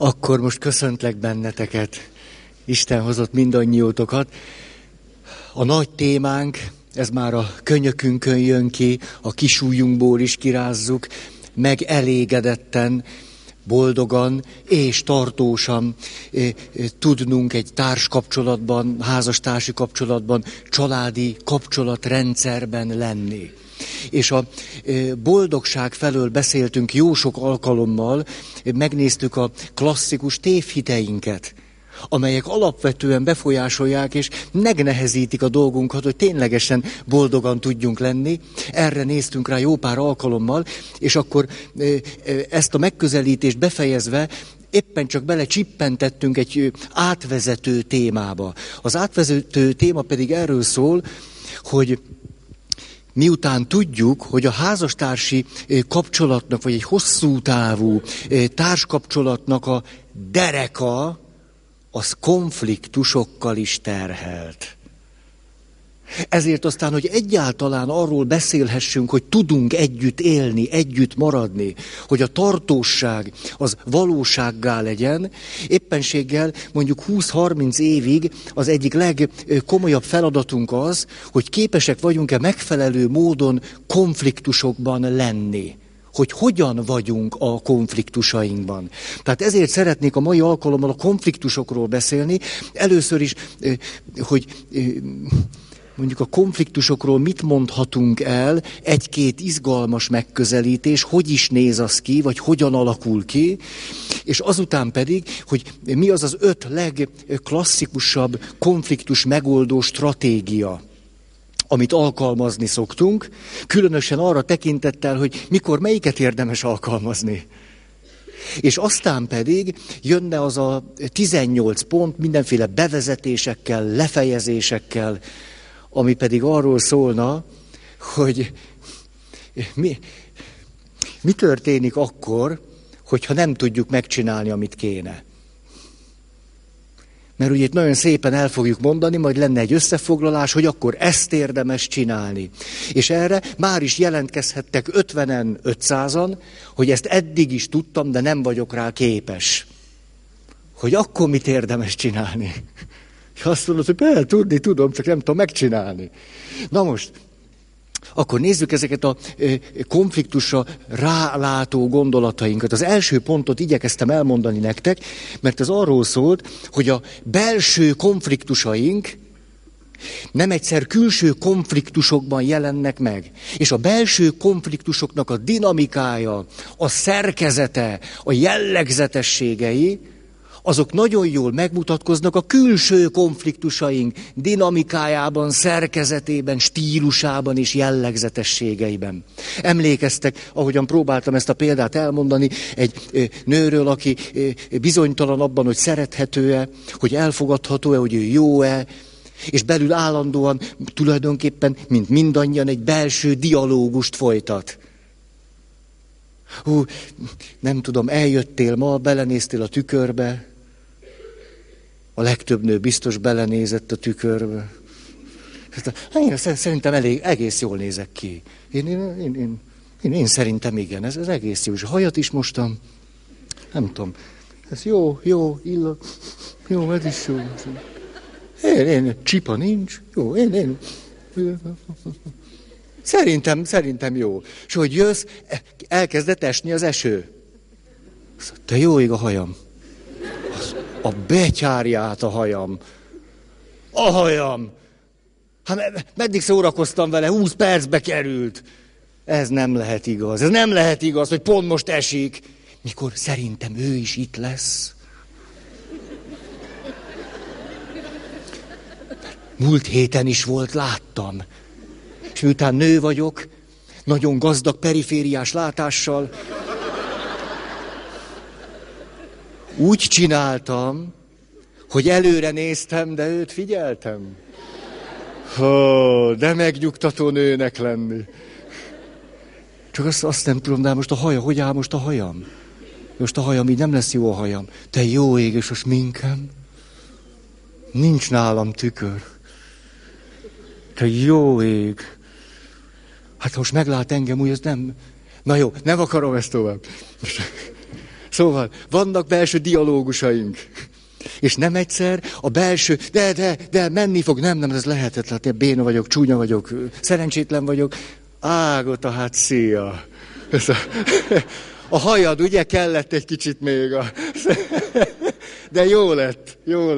Akkor most köszöntlek benneteket. Isten hozott mindannyiótokat. A nagy témánk, ez már a könyökünkön jön ki, a kisújjunkból is kirázzuk, megelégedetten, boldogan és tartósan tudnunk egy társkapcsolatban, házastársi kapcsolatban, családi kapcsolatrendszerben lenni. És a boldogság felől beszéltünk jó sok alkalommal, megnéztük a klasszikus tévhiteinket, amelyek alapvetően befolyásolják és megnehezítik a dolgunkat, hogy ténylegesen boldogan tudjunk lenni. Erre néztünk rá jó pár alkalommal, és akkor ezt a megközelítést befejezve éppen csak belecsippentettünk egy átvezető témába. Az átvezető téma pedig erről szól, hogy miután tudjuk, hogy a házastársi kapcsolatnak, vagy egy hosszú távú társkapcsolatnak a dereka, az konfliktusokkal is terhelt. Ezért aztán, hogy egyáltalán arról beszélhessünk, hogy tudunk együtt élni, együtt maradni, hogy a tartóság az valósággá legyen, éppenséggel mondjuk 20-30 évig az egyik legkomolyabb feladatunk az, hogy képesek vagyunk-e megfelelő módon konfliktusokban lenni. Hogy hogyan vagyunk a konfliktusainkban. Tehát ezért szeretnék a mai alkalommal a konfliktusokról beszélni. Először is, hogy mondjuk a konfliktusokról mit mondhatunk el, egy-két izgalmas megközelítés, hogy is néz az ki, vagy hogyan alakul ki, és azután pedig, hogy mi az az 5 legklasszikusabb konfliktus megoldó stratégia, amit alkalmazni szoktunk, különösen arra tekintettel, hogy mikor melyiket érdemes alkalmazni. És aztán pedig jönne az a 18 pont mindenféle bevezetésekkel, lefejezésekkel, ami pedig arról szólna, hogy mi történik akkor, hogyha nem tudjuk megcsinálni, amit kéne. Mert ugye itt nagyon szépen el fogjuk mondani, majd lenne egy összefoglalás, hogy akkor ezt érdemes csinálni. És erre már is jelentkezhettek 50-en, 500-an, hogy ezt eddig is tudtam, de nem vagyok rá képes. Hogy akkor mit érdemes csinálni? És azt mondod, hogy tudni tudom, csak nem tudom megcsinálni. Na most, akkor nézzük ezeket a konfliktusra rálátó gondolatainkat. Az első pontot igyekeztem elmondani nektek, mert ez arról szólt, hogy a belső konfliktusaink nem egyszer külső konfliktusokban jelennek meg. És a belső konfliktusoknak a dinamikája, a szerkezete, a jellegzetességei, azok nagyon jól megmutatkoznak a külső konfliktusaink dinamikájában, szerkezetében, stílusában és jellegzetességeiben. Emlékeztek, ahogyan próbáltam ezt a példát elmondani, egy nőről, aki bizonytalan abban, hogy szerethető-e, hogy elfogadható-e, hogy ő jó-e, és belül állandóan tulajdonképpen, mint mindannyian, egy belső dialógust folytat. Nem tudom, eljöttél ma, belenéztél a tükörbe. A legtöbb nő biztos belenézett a tükörbe. Én szerintem egész jól nézek ki. Én szerintem igen, ez egész jó. És a hajat is mostam. Nem tudom, ez jó, illat. Jó, ez is jó. Én csipa nincs. Jó, én. Szerintem jó. És hogy jössz, elkezdett esni az eső. Te jó ég a hajam. A betyárját a hajam. A hajam. Hát meddig szórakoztam vele? 20 percbe került. Ez nem lehet igaz. Ez nem lehet igaz, hogy pont most esik. Mikor szerintem ő is itt lesz. Múlt héten is volt, láttam. És miután nő vagyok, nagyon gazdag perifériás látással, úgy csináltam, hogy előre néztem, de őt figyeltem. De megnyugtató nőnek lenni. Csak azt nem tudom, de most a haja, hogy áll most a hajam? Most a hajam, így nem lesz jó a hajam. Te jó ég, és a sminkem? Nincs nálam tükör. Te jó ég. Hát most meglát engem, úgy ez nem... Na jó, nem akarom ezt tovább. Szóval vannak belső dialógusaink. És nem egyszer a belső, de menni fog, nem, ez lehetetlen, én béna vagyok, csúnya vagyok, szerencsétlen vagyok. Ágota, hát szia. A hajad, ugye, kellett egy kicsit még. De jó lett.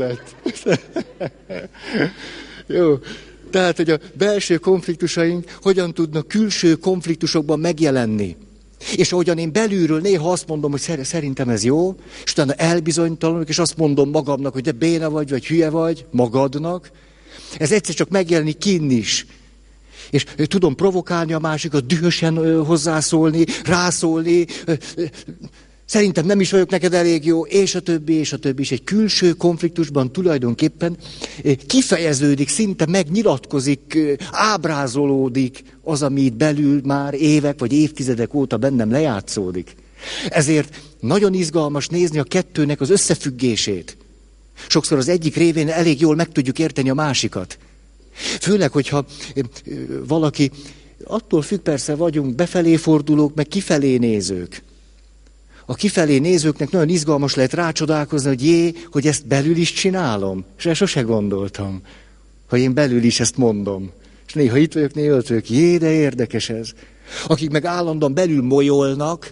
Jó. Tehát, hogy a belső konfliktusaink hogyan tudnak külső konfliktusokban megjelenni. És ahogyan én belülről néha azt mondom, hogy szerintem ez jó, és utána elbizonytalanok, és azt mondom magamnak, hogy de béna vagy hülye vagy, magadnak. Ez egyszer csak megjelenik kinn is. És tudom provokálni a másikat, dühösen hozzászólni, rászólni, szerintem nem is vagyok neked elég jó, és a többi. És egy külső konfliktusban tulajdonképpen kifejeződik, szinte megnyilatkozik, ábrázolódik az, ami itt belül már évek vagy évtizedek óta bennem lejátszódik. Ezért nagyon izgalmas nézni a kettőnek az összefüggését. Sokszor az egyik révén elég jól meg tudjuk érteni a másikat. Főleg, hogyha valaki, attól függ persze vagyunk befelé fordulók, meg kifelé nézők. A kifelé nézőknek nagyon izgalmas lehet rácsodálkozni, hogy ezt belül is csinálom. És ezt sose gondoltam, hogy én belül is ezt mondom. És néha itt vagyok, néha ott vagyok, de érdekes ez. Akik meg állandóan belül molyolnak,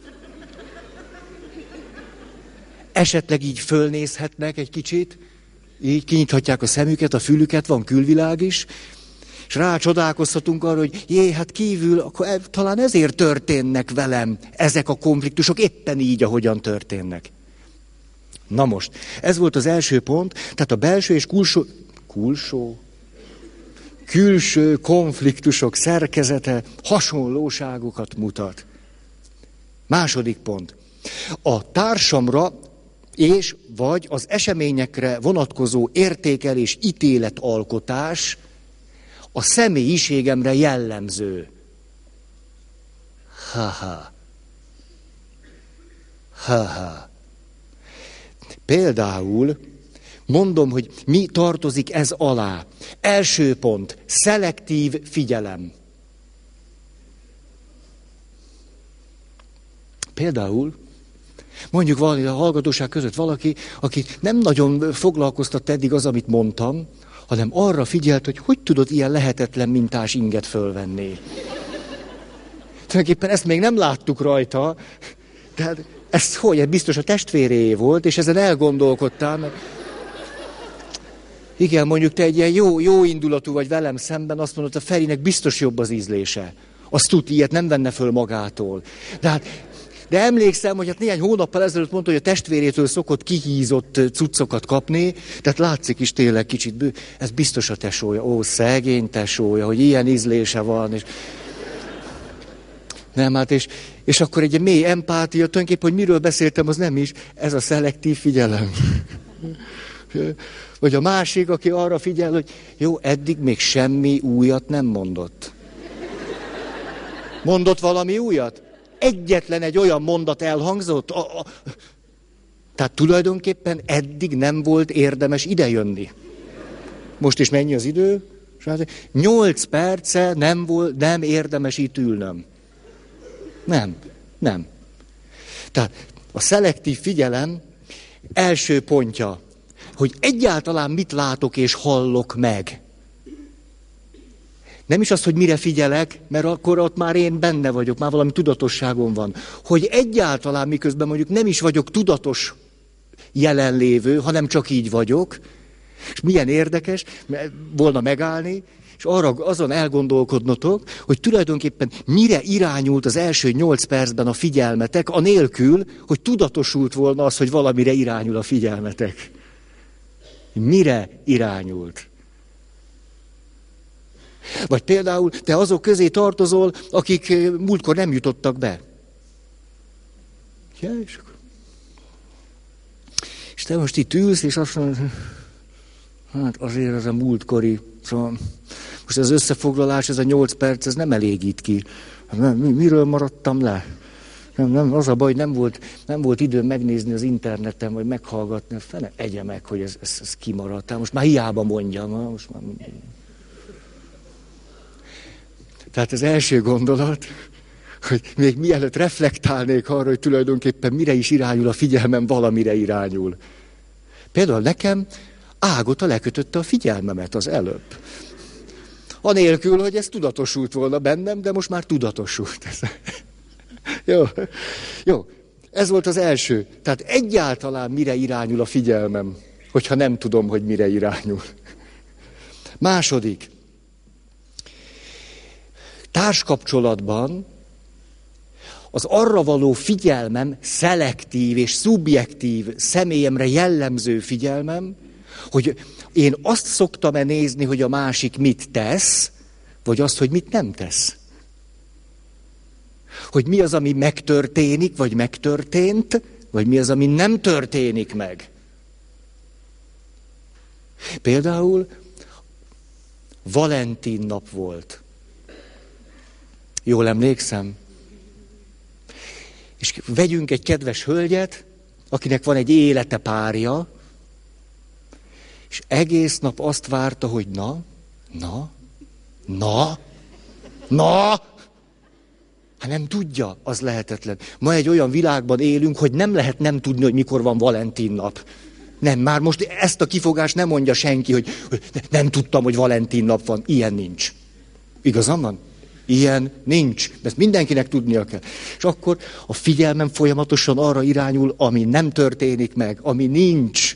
esetleg így fölnézhetnek egy kicsit, így kinyithatják a szemüket, a fülüket, van külvilág is, és rácsodálkozhatunk arra, hogy hát kívül, akkor talán ezért történnek velem ezek a konfliktusok, éppen így, ahogyan történnek. Na most, ez volt az első pont, tehát a belső és külső konfliktusok szerkezete hasonlóságokat mutat. Második pont. A társamra és vagy az eseményekre vonatkozó értékelés, ítéletalkotás a személyiségemre jellemző. Például mondom, hogy mi tartozik ez alá. Első pont, szelektív figyelem. Például mondjuk valami a hallgatóság között valaki, aki nem nagyon foglalkoztat eddig az, amit mondtam, hanem arra figyelt, hogy tudod ilyen lehetetlen mintás inget fölvenni. Tulajdonképpen ezt még nem láttuk rajta, de ez hogy? Biztos a testvéréé volt, és ezen elgondolkodtál. Igen, mondjuk te egy ilyen jó indulatú vagy velem szemben, azt mondod, a Ferinek biztos jobb az ízlése. Azt tud, ilyet nem venne föl magától. De emlékszem, hogy hát néhány hónappal ezelőtt mondta, hogy a testvérétől szokott kihízott cuccokat kapni, tehát látszik is tényleg kicsit, ez biztos a tesója, szegény tesója, hogy ilyen ízlése van, és nem, hát és akkor egy mély empátia, tulajdonképpen, hogy miről beszéltem, az nem is, ez a szelektív figyelem. Vagy a másik, aki arra figyel, hogy jó, eddig még semmi újat nem mondott. Mondott valami újat? Egyetlen egy olyan mondat elhangzott? Tehát tulajdonképpen eddig nem volt érdemes idejönni. Most is mennyi az idő? 8 perce nem érdemes itt ülnöm. Nem. Tehát a szelektív figyelem első pontja, hogy egyáltalán mit látok és hallok meg. Nem is az, hogy mire figyelek, mert akkor ott már én benne vagyok, már valami tudatosságom van. Hogy egyáltalán miközben mondjuk nem is vagyok tudatos jelenlévő, hanem csak így vagyok, és milyen érdekes, volna megállni, és azon elgondolkodnotok, hogy tulajdonképpen mire irányult az első 8 percben a figyelmetek, anélkül, hogy tudatosult volna az, hogy valamire irányul a figyelmetek. Mire irányult? Vagy például te azok közé tartozol, akik múltkor nem jutottak be. Ja, és te most itt ülsz, és azt mondod, hát azért ez a múltkori, szóval most az összefoglalás, ez a 8 perc, ez nem elégít ki. Miről maradtam le? Nem, az a baj, hogy nem volt időm megnézni az interneten, vagy meghallgatni, fene egye meg, hogy ez kimaradt. Most már hiába mondjam. Most már... Tehát az első gondolat, hogy még mielőtt reflektálnék arra, hogy tulajdonképpen mire is irányul a figyelmem, valamire irányul. Például nekem Ágota lekötötte a figyelmemet az előbb. Anélkül, hogy ez tudatosult volna bennem, de most már tudatosult. Jó. Ez volt az első. Tehát egyáltalán mire irányul a figyelmem, hogyha nem tudom, hogy mire irányul. Második. Társkapcsolatban az arra való figyelmem, szelektív és szubjektív, személyemre jellemző figyelmem, hogy én azt szoktam-e nézni, hogy a másik mit tesz, vagy azt, hogy mit nem tesz. Hogy mi az, ami megtörténik, vagy megtörtént, vagy mi az, ami nem történik meg. Például Valentin nap volt. Jól emlékszem? És vegyünk egy kedves hölgyet, akinek van egy élete párja, és egész nap azt várta, hogy hát nem tudja, az lehetetlen. Ma egy olyan világban élünk, hogy nem lehet nem tudni, hogy mikor van Valentin nap. Nem, már most ezt a kifogást nem mondja senki, hogy nem tudtam, hogy Valentin nap van. Ilyen nincs. Igazam van? Ilyen nincs. Ezt mindenkinek tudnia kell. És akkor a figyelmem folyamatosan arra irányul, ami nem történik meg, ami nincs.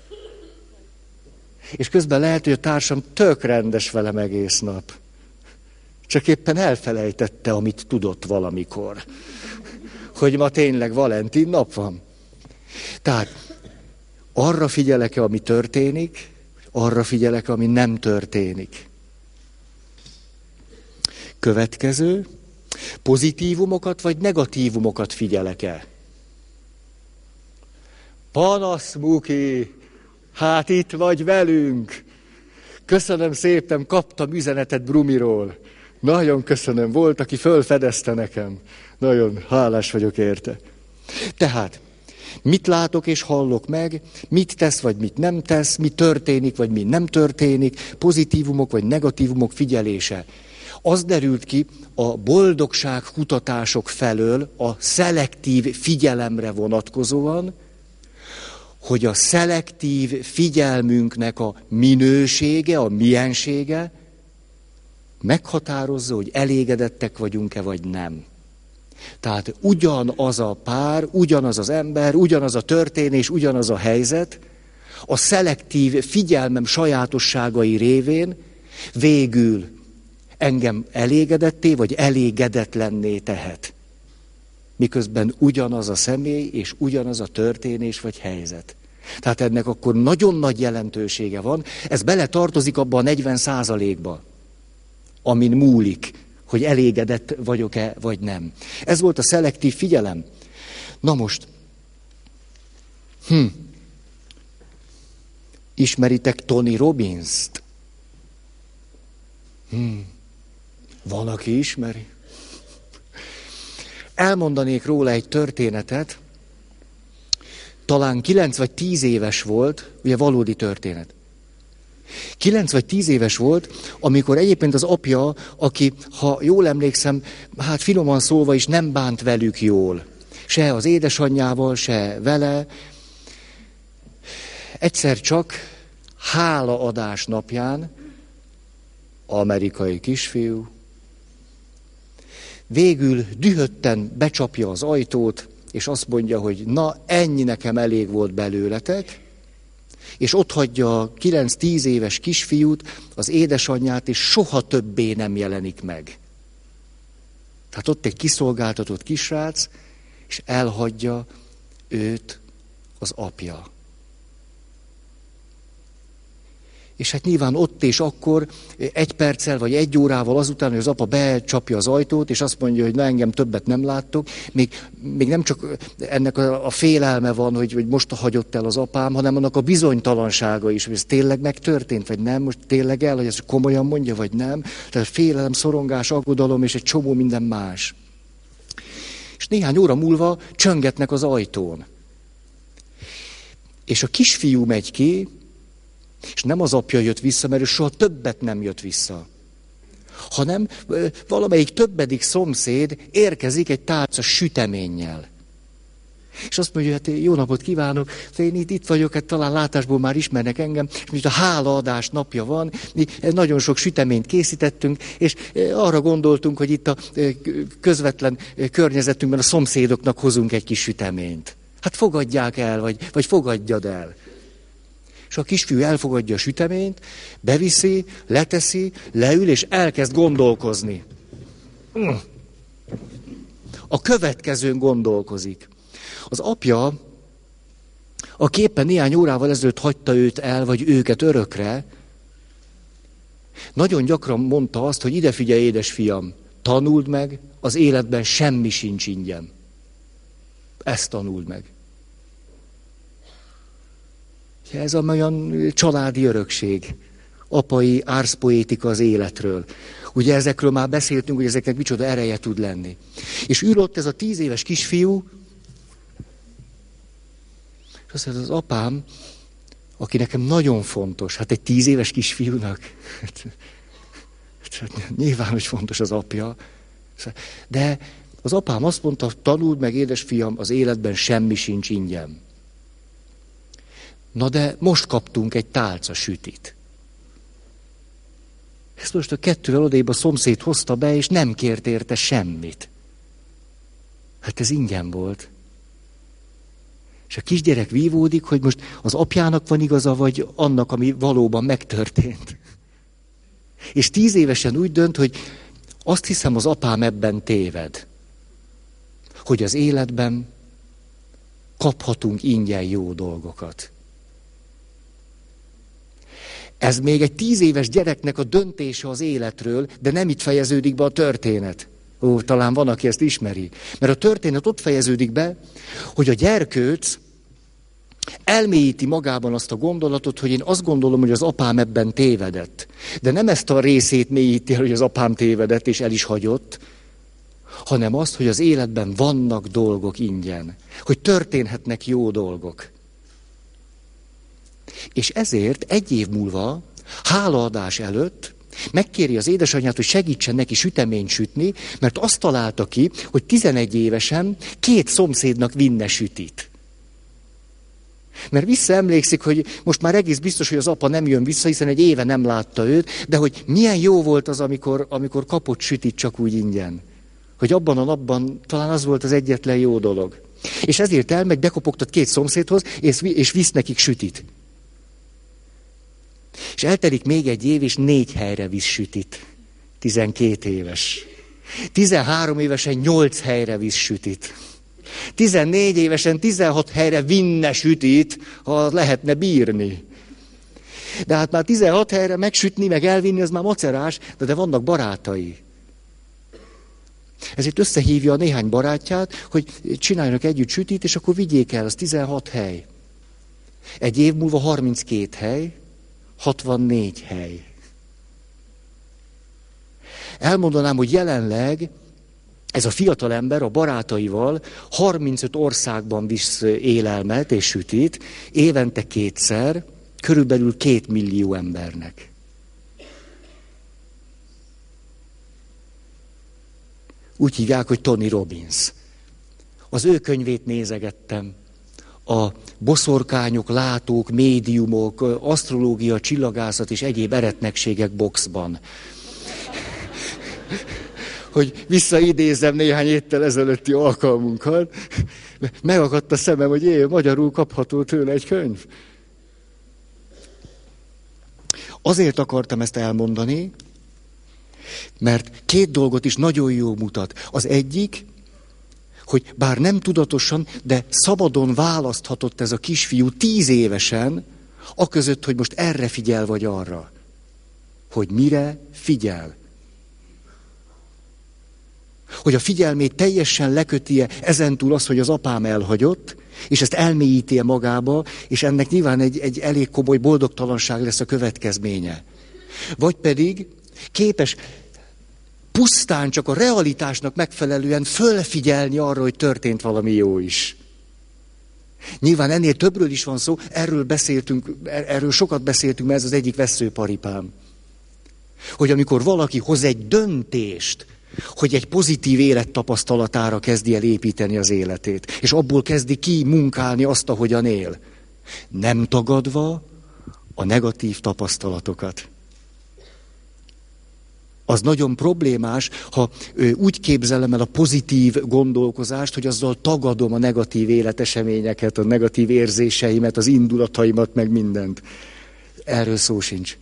És közben lehet, hogy a társam tök rendes velem egész nap. Csak éppen elfelejtette, amit tudott valamikor. Hogy ma tényleg Valentin nap van. Tehát arra figyelek-e, ami történik, arra figyelek, ami nem történik. Következő, pozitívumokat vagy negatívumokat figyelek-e? Panasz, Muki, hát itt vagy velünk. Köszönöm szépen, kaptam üzenetet Brumiról. Nagyon köszönöm, volt, aki fölfedezte nekem. Nagyon hálás vagyok érte. Tehát, mit látok és hallok meg, mit tesz vagy mit nem tesz, mi történik vagy mi nem történik, pozitívumok vagy negatívumok figyelése. Az derült ki a boldogság kutatások felől a szelektív figyelemre vonatkozóan, hogy a szelektív figyelmünknek a minősége, a miensége meghatározza, hogy elégedettek vagyunk-e, vagy nem. Tehát ugyanaz a pár, ugyanaz az ember, ugyanaz a történés, ugyanaz a helyzet, a szelektív figyelmem sajátosságai révén végül engem elégedetté, vagy elégedetlenné tehet. Miközben ugyanaz a személy, és ugyanaz a történés, vagy helyzet. Tehát ennek akkor nagyon nagy jelentősége van, ez bele tartozik abba a 40%-ba, amin múlik, hogy elégedett vagyok-e, vagy nem. Ez volt a szelektív figyelem. Na most, ismeritek Tony Robbins-t? Van, aki ismeri? Elmondanék róla egy történetet, talán 9 vagy 10 éves volt, ugye valódi történet. 9 vagy 10 éves volt, amikor egyébként az apja, aki, ha jól emlékszem, hát finoman szólva is nem bánt velük jól. Se az édesanyjával, se vele. Egyszer csak hálaadás napján, amerikai kisfiú, végül dühötten becsapja az ajtót, és azt mondja, hogy na, ennyi nekem elég volt belőletek, és otthagyja a 9-10 éves kisfiút, az édesanyját, és soha többé nem jelenik meg. Tehát ott egy kiszolgáltatott kisrác, és elhagyja őt az apja. És hát nyilván ott és akkor 1 perccel vagy 1 órával azután, hogy az apa becsapja az ajtót, és azt mondja, hogy na, engem többet nem láttok, még nem csak ennek a félelme van, hogy most hagyott el az apám, hanem annak a bizonytalansága is, hogy ez tényleg megtörtént, vagy nem, most tényleg el, hogy ezt komolyan mondja, vagy nem. Tehát félelem, szorongás, aggodalom és egy csomó minden más. És néhány óra múlva csöngetnek az ajtón. És a kisfiú megy ki, és nem az apja jött vissza, mert ő soha többet nem jött vissza, hanem valamelyik többedik szomszéd érkezik egy tálca süteménnyel. És azt mondja, hát jó napot kívánok, én itt vagyok, hát talán látásból már ismernek engem, és most a hálaadás napja van, mi nagyon sok süteményt készítettünk, és arra gondoltunk, hogy itt a közvetlen környezetünkben a szomszédoknak hozunk egy kis süteményt. Hát fogadják el, vagy fogadjad el. És a kisfiú elfogadja a süteményt, beviszi, leteszi, leül, és elkezd gondolkozni. A következőn gondolkozik. Az apja, aki éppen néhány órával ezelőtt hagyta őt el, vagy őket örökre, nagyon gyakran mondta azt, hogy ide figyelj, édesfiam, tanuld meg, az életben semmi sincs ingyen. Ezt tanuld meg. Ez olyan családi örökség, apai árszpoétika az életről. Ugye ezekről már beszéltünk, hogy ezeknek micsoda ereje tud lenni. És ül ott ez a 10 éves kisfiú, és azt mondja, az apám, aki nekem nagyon fontos, hát egy 10 éves kisfiúnak, nyilván, hogy fontos az apja, de az apám azt mondta, tanuld meg, édesfiam, az életben semmi sincs ingyen. Na de most kaptunk egy tálca sütit. Ezt most a 2-vel odébb a szomszéd hozta be, és nem kért érte semmit. Hát ez ingyen volt. És a kisgyerek vívódik, hogy most az apjának van igaza, vagy annak, ami valóban megtörtént. És 10 évesen úgy dönt, hogy azt hiszem, az apám ebben téved. Hogy az életben kaphatunk ingyen jó dolgokat. Ez még egy 10 éves gyereknek a döntése az életről, de nem itt fejeződik be a történet. Ó, talán van, aki ezt ismeri. Mert a történet ott fejeződik be, hogy a gyerkőc elmélyíti magában azt a gondolatot, hogy én azt gondolom, hogy az apám ebben tévedett. De nem ezt a részét mélyíti el, hogy az apám tévedett és el is hagyott, hanem azt, hogy az életben vannak dolgok ingyen. Hogy történhetnek jó dolgok. És ezért 1 év múlva, hálaadás előtt megkéri az édesanyját, hogy segítsen neki süteményt sütni, mert azt találta ki, hogy 11 évesen 2 szomszédnak vinne sütit. Mert visszaemlékszik, hogy most már egész biztos, hogy az apa nem jön vissza, hiszen egy éve nem látta őt, de hogy milyen jó volt az, amikor kapott sütit csak úgy ingyen. Hogy abban a napban talán az volt az egyetlen jó dolog. És ezért elmegy, bekopogtat 2 szomszédhoz, és visz nekik sütit. És eltelik még 1 év, és 4 helyre visz sütit. 12 éves. 13 évesen 8 helyre visz sütit. 14 évesen 16 helyre vinne sütit, ha lehetne bírni. De hát már 16 helyre megsütni, meg elvinni, az már macerás, de vannak barátai. Ezért összehívja a néhány barátját, hogy csináljanak együtt sütit, és akkor vigyék el, az 16 hely. 1 év múlva 32 hely, 64 hely. Elmondanám, hogy jelenleg ez a fiatal ember a barátaival 35 országban visz élelmet és sütit, évente 2-szer, körülbelül 2 millió embernek. Úgy hívják, hogy Tony Robbins. Az ő könyvét nézegettem. A boszorkányok, látók, médiumok, asztrológia, csillagászat és egyéb eretnekségek boxban. Hogy visszaidézem néhány héttel ezelőtti alkalmunkat, megakadt a szemem, hogy magyarul kapható tőle egy könyv. Azért akartam ezt elmondani, mert 2 dolgot is nagyon jól mutat. Az egyik, hogy bár nem tudatosan, de szabadon választhatott ez a kisfiú 10 évesen, aközött, hogy most erre figyel vagy arra. Hogy mire figyel. Hogy a figyelmét teljesen leköti-e ezentúl az, hogy az apám elhagyott, és ezt elmélyíti-e magába, és ennek nyilván egy elég komoly boldogtalanság lesz a következménye. Vagy pedig képes pusztán csak a realitásnak megfelelően fölfigyelni arra, hogy történt valami jó is. Nyilván ennél többről is van szó, erről sokat beszéltünk, mert ez az egyik vesszőparipám. Hogy amikor valaki hoz egy döntést, hogy egy pozitív élettapasztalatára kezdi el építeni az életét, és abból kezdi ki munkálni azt, ahogyan él. Nem tagadva a negatív tapasztalatokat. Az nagyon problémás, ha úgy képzelem el a pozitív gondolkozást, hogy azzal tagadom a negatív életeseményeket, a negatív érzéseimet, az indulataimat, meg mindent. Erről szó sincs.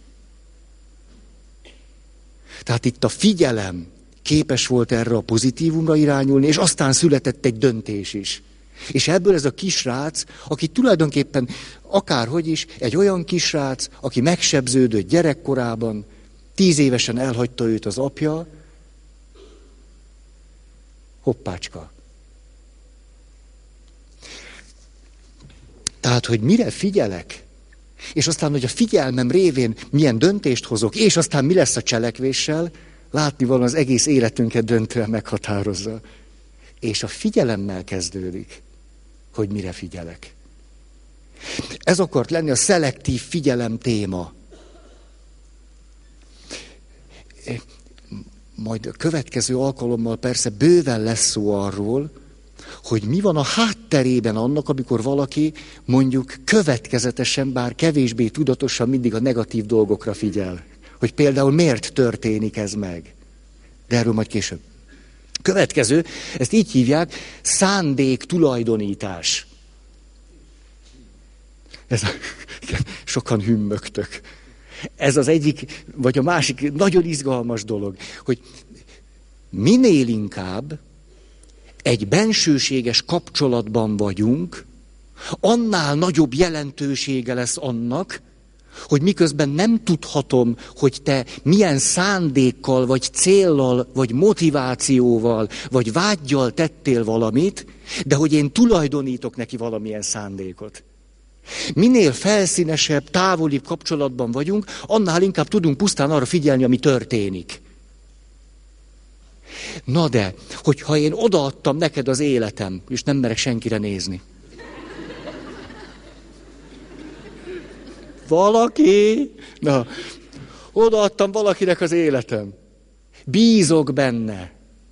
Tehát itt a figyelem képes volt erre a pozitívumra irányulni, és aztán született egy döntés is. És ebből ez a kisrác, aki tulajdonképpen akárhogy is, egy olyan kisrác, aki megsebződött gyerekkorában, 10 évesen elhagyta őt az apja, hoppácska. Tehát, hogy mire figyelek, és aztán, hogy a figyelmem révén milyen döntést hozok, és aztán mi lesz a cselekvéssel, látnivalóan az egész életünket döntően meghatározza. És a figyelemmel kezdődik, hogy mire figyelek. Ez akart lenni a szelektív figyelem téma. Majd a következő alkalommal persze bőven lesz szó arról, hogy mi van a hátterében annak, amikor valaki mondjuk következetesen, bár kevésbé tudatosan mindig a negatív dolgokra figyel. Hogy például miért történik ez meg. De erről majd később. Következő, ezt így hívják, szándék tulajdonítás. Sokan hümmögtök. Ez az egyik, vagy a másik nagyon izgalmas dolog, hogy minél inkább egy bensőséges kapcsolatban vagyunk, annál nagyobb jelentősége lesz annak, hogy miközben nem tudhatom, hogy te milyen szándékkal, vagy céllal, vagy motivációval, vagy vággyal tettél valamit, de hogy én tulajdonítok neki valamilyen szándékot. Minél felszínesebb, távolibb kapcsolatban vagyunk, annál inkább tudunk pusztán arra figyelni, ami történik. Na de, hogyha én odaadtam neked az életem, és nem merek senkire nézni. Valaki, na, odaadtam valakinek az életem. Bízok benne.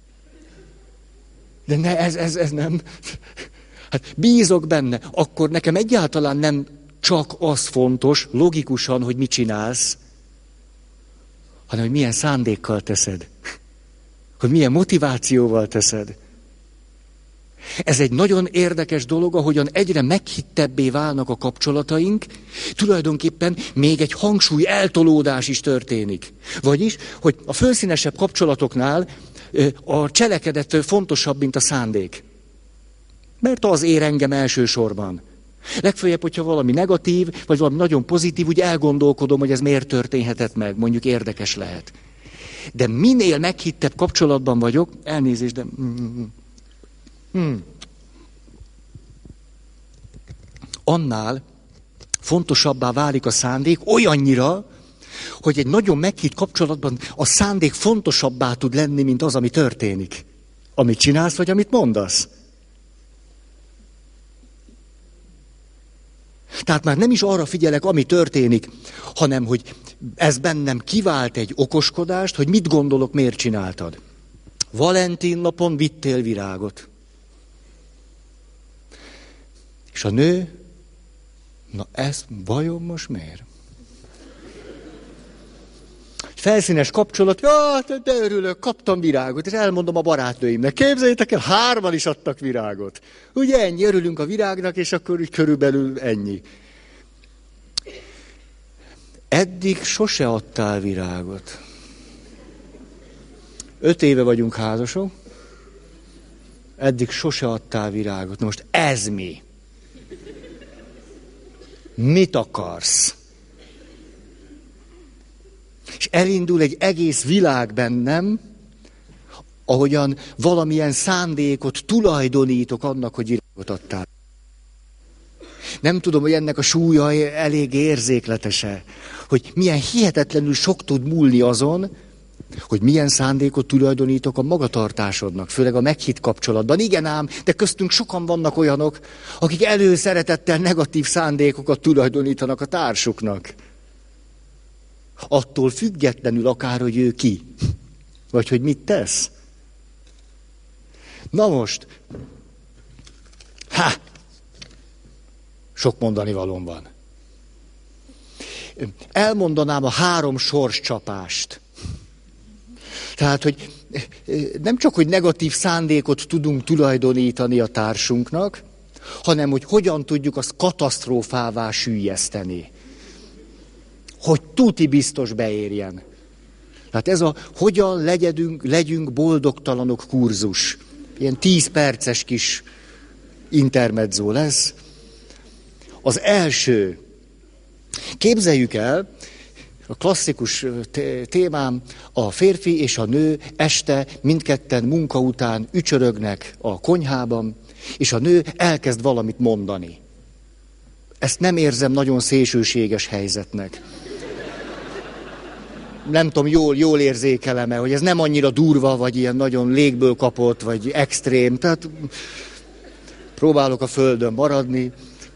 De ne, ez nem. Hát bízok benne, akkor nekem egyáltalán nem csak az fontos, logikusan, hogy mit csinálsz, hanem hogy milyen szándékkal teszed. Hogy milyen motivációval teszed. Ez egy nagyon érdekes dolog, ahogyan egyre meghittebbé válnak a kapcsolataink, tulajdonképpen még egy hangsúly eltolódás is történik. Vagyis, hogy a fölszínesebb kapcsolatoknál a cselekedet fontosabb, mint a szándék. Mert az ér engem elsősorban. Legfőjebb, hogyha valami negatív, vagy valami nagyon pozitív, úgy elgondolkodom, hogy ez miért történhetett meg, mondjuk érdekes lehet. De minél meghittebb kapcsolatban vagyok, elnézést, de... Annál fontosabbá válik a szándék olyannyira, hogy egy nagyon meghitt kapcsolatban a szándék fontosabbá tud lenni, mint az, ami történik. Amit csinálsz, vagy amit mondasz. Tehát már nem is arra figyelek, ami történik, hanem hogy ez bennem kivált egy okoskodást, hogy mit gondolok, miért csináltad. Valentin napon vittél virágot. És a nő, na ez vajon most miért? Felszínes kapcsolat, de örülök, kaptam virágot, és elmondom a barátnőimnek. Képzeljétek el, 3-an is adtak virágot. Ugye ennyi, örülünk a virágnak, és akkor úgy körülbelül ennyi. Eddig sose adtál virágot. 5 éve vagyunk házasok, eddig sose adtál virágot. Na most ez mi? Mit akarsz? És elindul egy egész világ bennem, ahogyan valamilyen szándékot tulajdonítok annak, hogy virágot adtál. Nem tudom, hogy ennek a súlya elég érzékletese, hogy milyen hihetetlenül sok tud múlni azon, hogy milyen szándékot tulajdonítok a magatartásodnak, főleg a meghitt kapcsolatban. Igen ám, de köztünk sokan vannak olyanok, akik előszeretettel negatív szándékokat tulajdonítanak a társuknak. Attól függetlenül akár, hogy ő ki. Vagy hogy mit tesz. Na most. Sok mondani valóm van. Elmondanám a 3 sorscsapást. Tehát, hogy nem csak, hogy negatív szándékot tudunk tulajdonítani a társunknak, hanem, hogy hogyan tudjuk azt katasztrófává süllyeszteni. Hogy tuti biztos beérjen. Tehát ez a hogyan legyünk boldogtalanok kurzus. Ilyen 10 perces kis intermezzo lesz. Az első. Képzeljük el, a klasszikus témám, a férfi és a nő este mindketten munka után ücsörögnek a konyhában, és a nő elkezd valamit mondani. Ezt nem érzem nagyon szélsőséges helyzetnek. Nem tudom, jól érzékelem-e, hogy ez nem annyira durva, vagy ilyen nagyon légből kapott, vagy extrém. Tehát próbálok a földön maradni.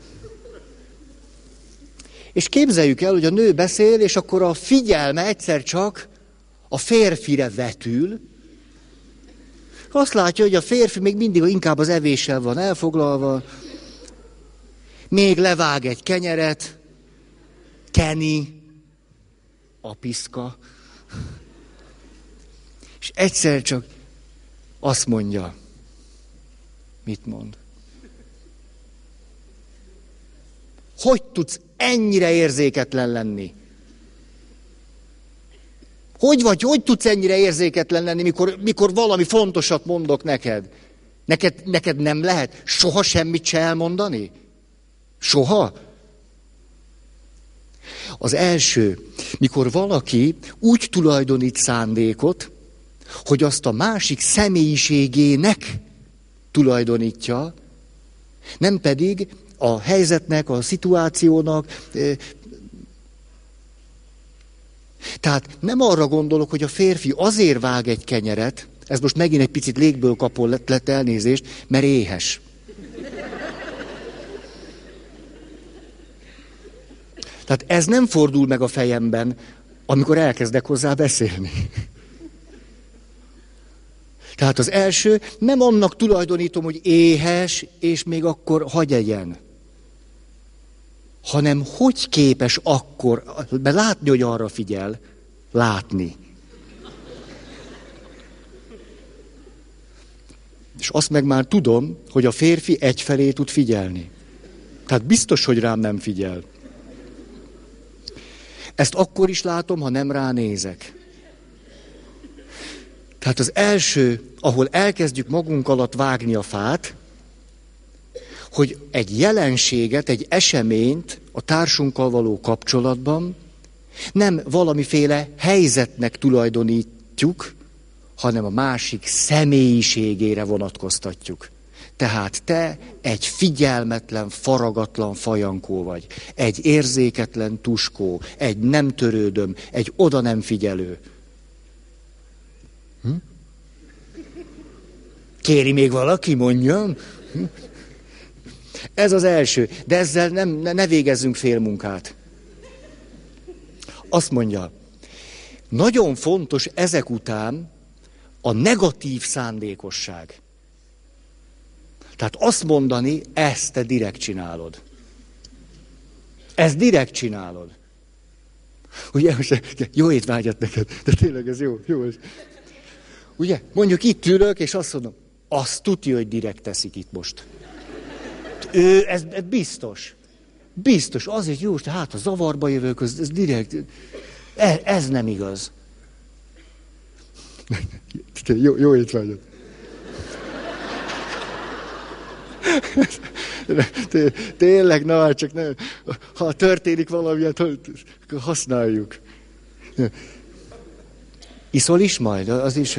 És képzeljük el, hogy a nő beszél, és akkor a figyelme egyszer csak a férfire vetül. Azt látja, hogy a férfi még mindig inkább az evéssel van elfoglalva, még levág egy kenyeret, keni, apiszka, és egyszer csak azt mondja, mit mond? Hogy tudsz ennyire érzéketlen lenni? Hogy tudsz ennyire érzéketlen lenni, mikor valami fontosat mondok neked? Neked nem lehet soha semmit se elmondani? Soha? Az első, mikor valaki úgy tulajdonít szándékot, hogy azt a másik személyiségének tulajdonítja, nem pedig a helyzetnek, a szituációnak. Tehát nem arra gondolok, hogy a férfi azért vág egy kenyeret, ez most megint egy picit légből kapó lett elnézést, mert éhes. Tehát ez nem fordul meg a fejemben, amikor elkezdek hozzá beszélni. Tehát az első, nem annak tulajdonítom, hogy éhes, és még akkor hagy egyen. Hanem hogy képes akkor, mert látni, hogy arra figyel, látni. És azt meg már tudom, hogy a férfi egyfelé tud figyelni. Tehát biztos, hogy rám nem figyel. Ezt akkor is látom, ha nem ránézek. Tehát az első, ahol elkezdjük magunk alatt vágni a fát, hogy egy jelenséget, egy eseményt a társunkkal való kapcsolatban nem valamiféle helyzetnek tulajdonítjuk, hanem a másik személyiségére vonatkoztatjuk. Tehát te egy figyelmetlen, faragatlan fajankó vagy, egy érzéketlen tuskó, egy nem törődöm, egy oda nem figyelő. Kéri még valaki, mondjam? Ez az első, de ezzel ne végezzünk félmunkát. Azt mondja, nagyon fontos ezek után a negatív szándékosság. Tehát azt mondani, ezt te direkt csinálod. Ezt direkt csinálod. Ugye, jó étvágyat neked, de tényleg ez jó. Ugye, mondjuk itt ülök, és azt mondom, azt tudja, hogy direkt teszik itt most. Ez biztos. Biztos, azért jó, hát a zavarba jövök, ez direkt. Ez nem igaz. Jó étvágyat. Tényleg, na, csak nem. Ha történik valami, használjuk. Iszol is majd? Az is...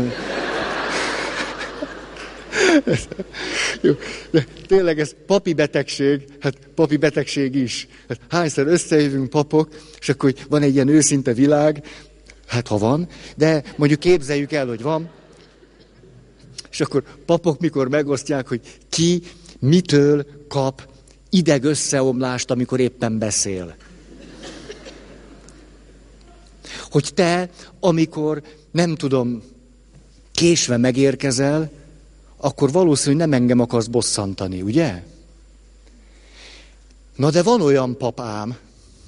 Jó, de tényleg ez papi betegség, hát papi betegség is. Hát hányszor összejövünk papok, és akkor van egy ilyen őszinte világ, hát ha van, de mondjuk képzeljük el, hogy van, és akkor papok mikor megosztják, hogy ki mitől kap ideg összeomlást, amikor éppen beszél. hogy te, amikor, nem tudom, késve megérkezel, akkor valószínűleg nem engem akarsz bosszantani, ugye? Na de van olyan papám,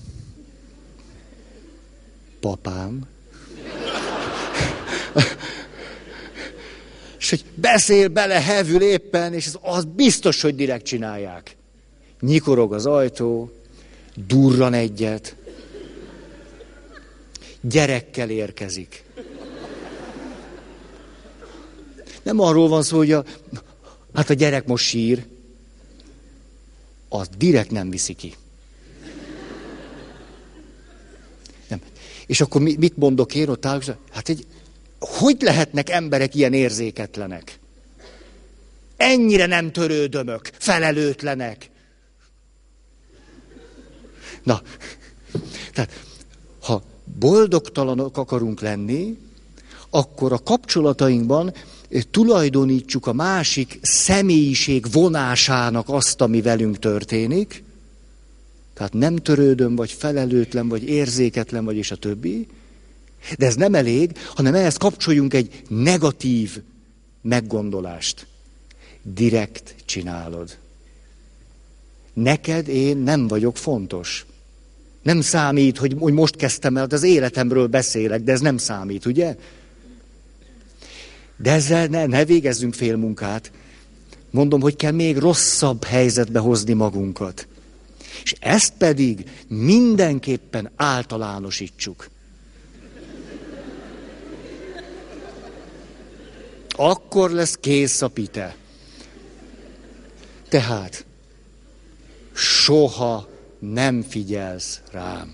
és hogy beszél bele, hevül éppen, és az biztos, hogy direkt csinálják. Nyikorog az ajtó, durran egyet, gyerekkel érkezik. Nem arról van szó, hogy a gyerek most sír, az direkt nem viszi ki. Nem. És akkor mit mondok én ott állok? Hogy lehetnek emberek ilyen érzéketlenek? Ennyire nem törődömök, felelőtlenek. Na, tehát, ha boldogtalanok akarunk lenni, akkor a kapcsolatainkban tulajdonítsuk a másik személyiség vonásának azt, ami velünk történik. Tehát nem törődöm, vagy felelőtlen, vagy érzéketlen, vagy és a többi. De ez nem elég, hanem ehhez kapcsoljunk egy negatív meggondolást. Direkt csinálod. Neked én nem vagyok fontos. Nem számít, hogy most kezdtem el, az életemről beszélek, de ez nem számít, ugye? De ezzel ne végezzünk félmunkát. Mondom, hogy kell még rosszabb helyzetbe hozni magunkat. És ezt pedig mindenképpen általánosítsuk. Akkor lesz kész a pite. Tehát soha nem figyelsz rám.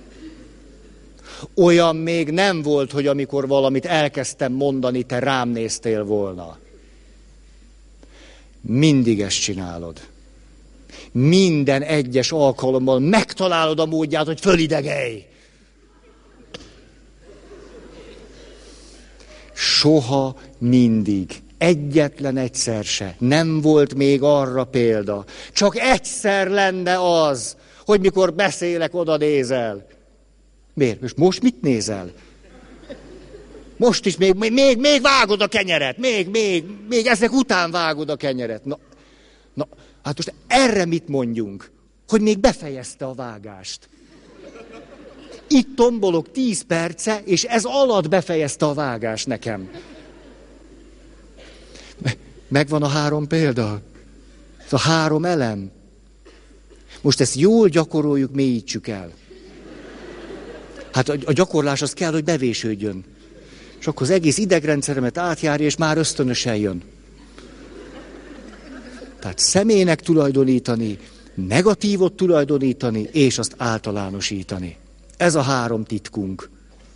Olyan még nem volt, hogy amikor valamit elkezdtem mondani, te rám néztél volna. Mindig ezt csinálod. Minden egyes alkalommal megtalálod a módját, hogy fölidegelj. Soha, mindig. Egyetlen egyszer se. Nem volt még arra példa. Csak egyszer lenne az, hogy mikor beszélek, oda nézel. Miért? Most mit nézel? Most is még vágod a kenyeret. Még ezek után vágod a kenyeret. Na, hát most erre mit mondjunk? Hogy még befejezte a vágást. Itt tombolok 10 perce, és ez alatt befejezte a vágást nekem. Megvan a 3 példa? A 3 elem. Most ezt jól gyakoroljuk, mélyítsük el. Hát a gyakorlás az kell, hogy bevésődjön. És akkor az egész idegrendszeremet átjárja, és már ösztönösen jön. Tehát személynek tulajdonítani, negatívot tulajdonítani, és azt általánosítani. Ez a 3 titkunk.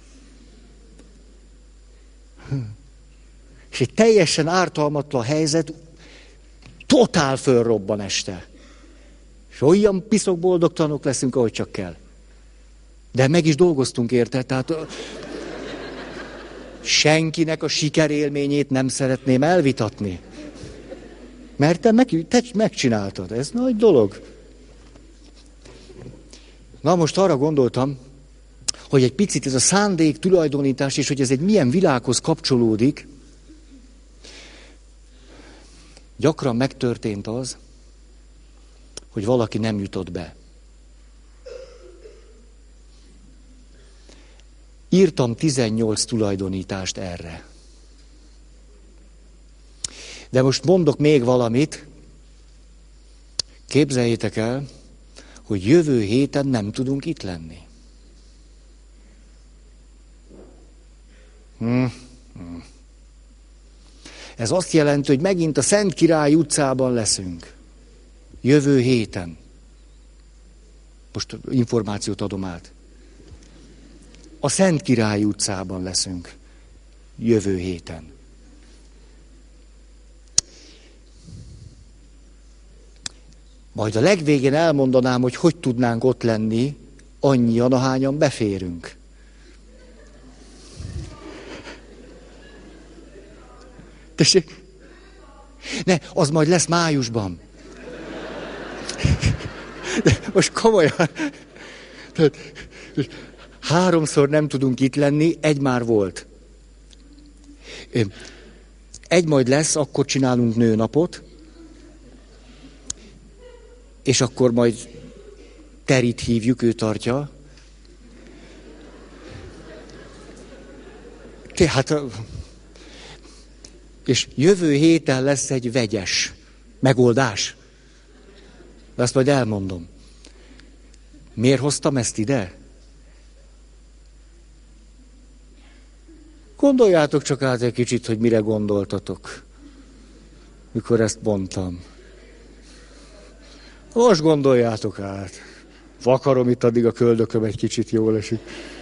És egy teljesen ártalmatlan helyzet totál fölrobban este. És olyan piszok boldogtalanok leszünk, ahogy csak kell. De meg is dolgoztunk érte, tehát senkinek a sikerélményét nem szeretném elvitatni. Mert te megcsináltad, ez nagy dolog. Na most arra gondoltam, hogy egy picit ez a szándék, tulajdonítás, és hogy ez egy milyen világhoz kapcsolódik. Gyakran megtörtént az, hogy valaki nem jutott be. Írtam 18 tulajdonítást erre. De most mondok még valamit. Képzeljétek el, hogy jövő héten nem tudunk itt lenni. Ez azt jelenti, hogy megint a Szent Király utcában leszünk. Jövő héten. Most információt adom át. A Szent Király utcában leszünk. Jövő héten. Majd a legvégén elmondanám, hogy tudnánk ott lenni, annyian, ahányan beférünk. Tessék? Ne, az majd lesz májusban. De most komolyan. Tehát, 3-szor nem tudunk itt lenni, egy már volt. Egy majd lesz, akkor csinálunk nőnapot, és akkor majd Terit hívjuk, ő tartja. Hát, és jövő héten lesz egy vegyes megoldás. Ezt majd elmondom. Miért hoztam ezt ide? Gondoljátok csak át egy kicsit, hogy mire gondoltatok, mikor ezt mondtam. Most gondoljátok át. Vakarom itt addig a köldököm egy kicsit, jól esik.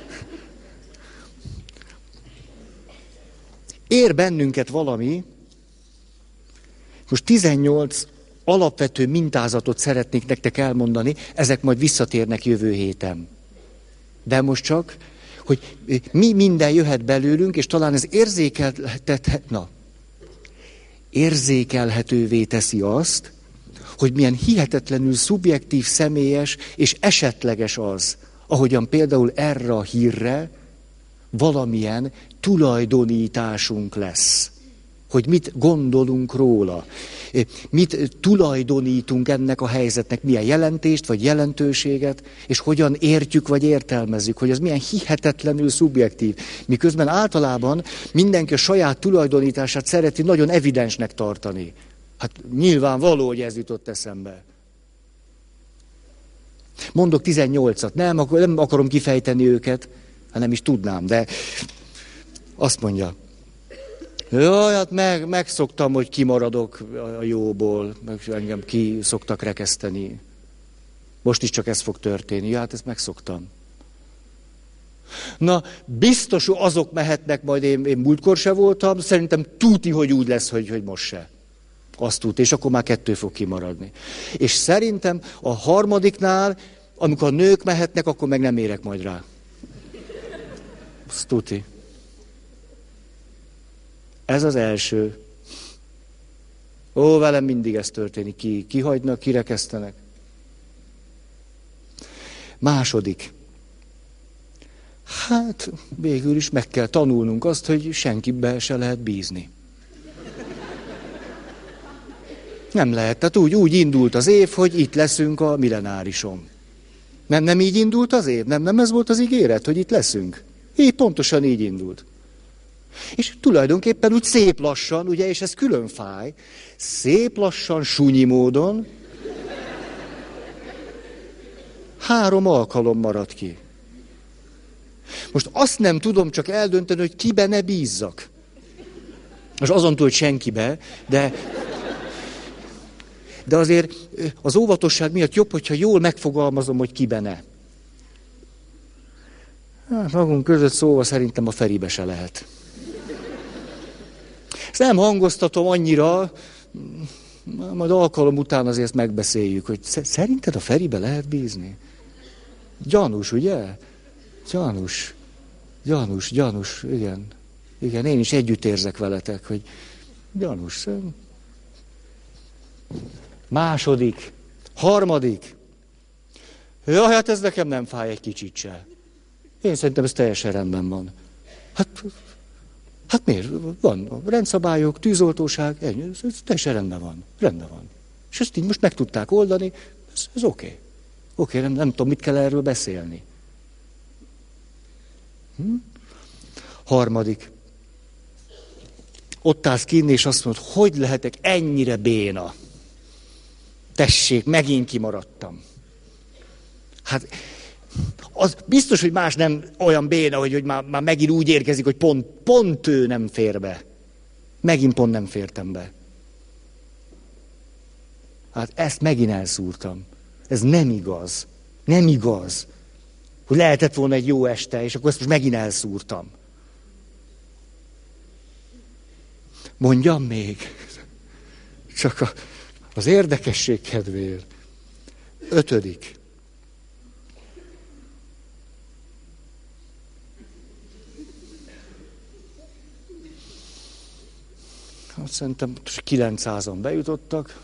Ér bennünket valami, most 18 alapvető mintázatot szeretnék nektek elmondani, ezek majd visszatérnek jövő héten. De most csak, hogy mi minden jöhet belőlünk, és talán ez érzékelhetővé teszi azt, hogy milyen hihetetlenül szubjektív, személyes és esetleges az, ahogyan például erre a hírre valamilyen tulajdonításunk lesz. Hogy mit gondolunk róla, mit tulajdonítunk ennek a helyzetnek, milyen jelentést vagy jelentőséget, és hogyan értjük vagy értelmezzük, hogy az milyen hihetetlenül szubjektív. Miközben általában mindenki a saját tulajdonítását szereti nagyon evidensnek tartani. Hát nyilvánvaló, hogy ez jutott eszembe. Mondok 18-at, nem akarom kifejteni őket, hát nem is tudnám, de azt mondja, jaj, hát megszoktam, hogy kimaradok a jóból, meg engem ki szoktak rekeszteni. Most is csak ez fog történni. Ja, hát ezt megszoktam. Na, biztos azok mehetnek, majd én múltkor se voltam, szerintem tuti, hogy úgy lesz, hogy most se. Azt tuti, és akkor már 2 fog kimaradni. És szerintem a harmadiknál, amikor a nők mehetnek, akkor meg nem érek majd rá. Azt tuti. Ez az első. Ó, velem mindig ez történik. Kihagynak, kirekesztenek. Második. Hát, végül is meg kell tanulnunk azt, hogy senkibe se lehet bízni. Nem lehet. Tehát úgy indult az év, hogy itt leszünk a millenárison. Nem így indult az év? Nem ez volt az ígéret, hogy itt leszünk? Így pontosan így indult. És tulajdonképpen úgy szép lassan, ugye, és ez külön fáj, szép lassan, sunyi módon 3 alkalom maradt ki. Most azt nem tudom csak eldönteni, hogy kibe ne bízzak. Most azon túl, hogy senkibe, de azért az óvatosság miatt jobb, hogyha jól megfogalmazom, hogy kibe ne. Hát magunk között szóval szerintem a Feribe se lehet. Ezt nem hangoztatom annyira, majd alkalom után azért ezt megbeszéljük, hogy szerinted a Feribe lehet bízni? Gyanús, ugye? Gyanús, igen. Igen, én is együtt érzek veletek, hogy gyanús. Második, harmadik. Ja, hát ez nekem nem fáj egy kicsit se. Én szerintem ez teljesen rendben van. Hát miért? Van rendszabályok, tűzoltóság, ennyi, ez teljesen rendben van. És ezt így most meg tudták oldani, ez oké. Oké, nem tudom, mit kell erről beszélni. Harmadik. Ott állsz kinn, és azt mondod, hogy lehetek ennyire béna? Tessék, megint kimaradtam. Hát, az biztos, hogy más nem olyan béna, hogy már megint úgy érkezik, hogy pont ő nem fér be. Megint pont nem fértem be. Hát ezt megint elszúrtam. Ez nem igaz. Nem igaz. Hogy lehetett volna egy jó este, és akkor ezt most megint elszúrtam. Mondjam még. Csak az érdekesség kedvéért. 5. Hát szerintem 900-an bejutottak.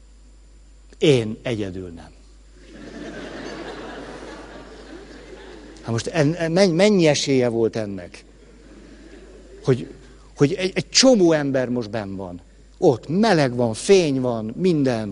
Én egyedül nem. Hát most mennyi esélye volt ennek? Hogy egy csomó ember most benn van. Ott meleg van, fény van, minden.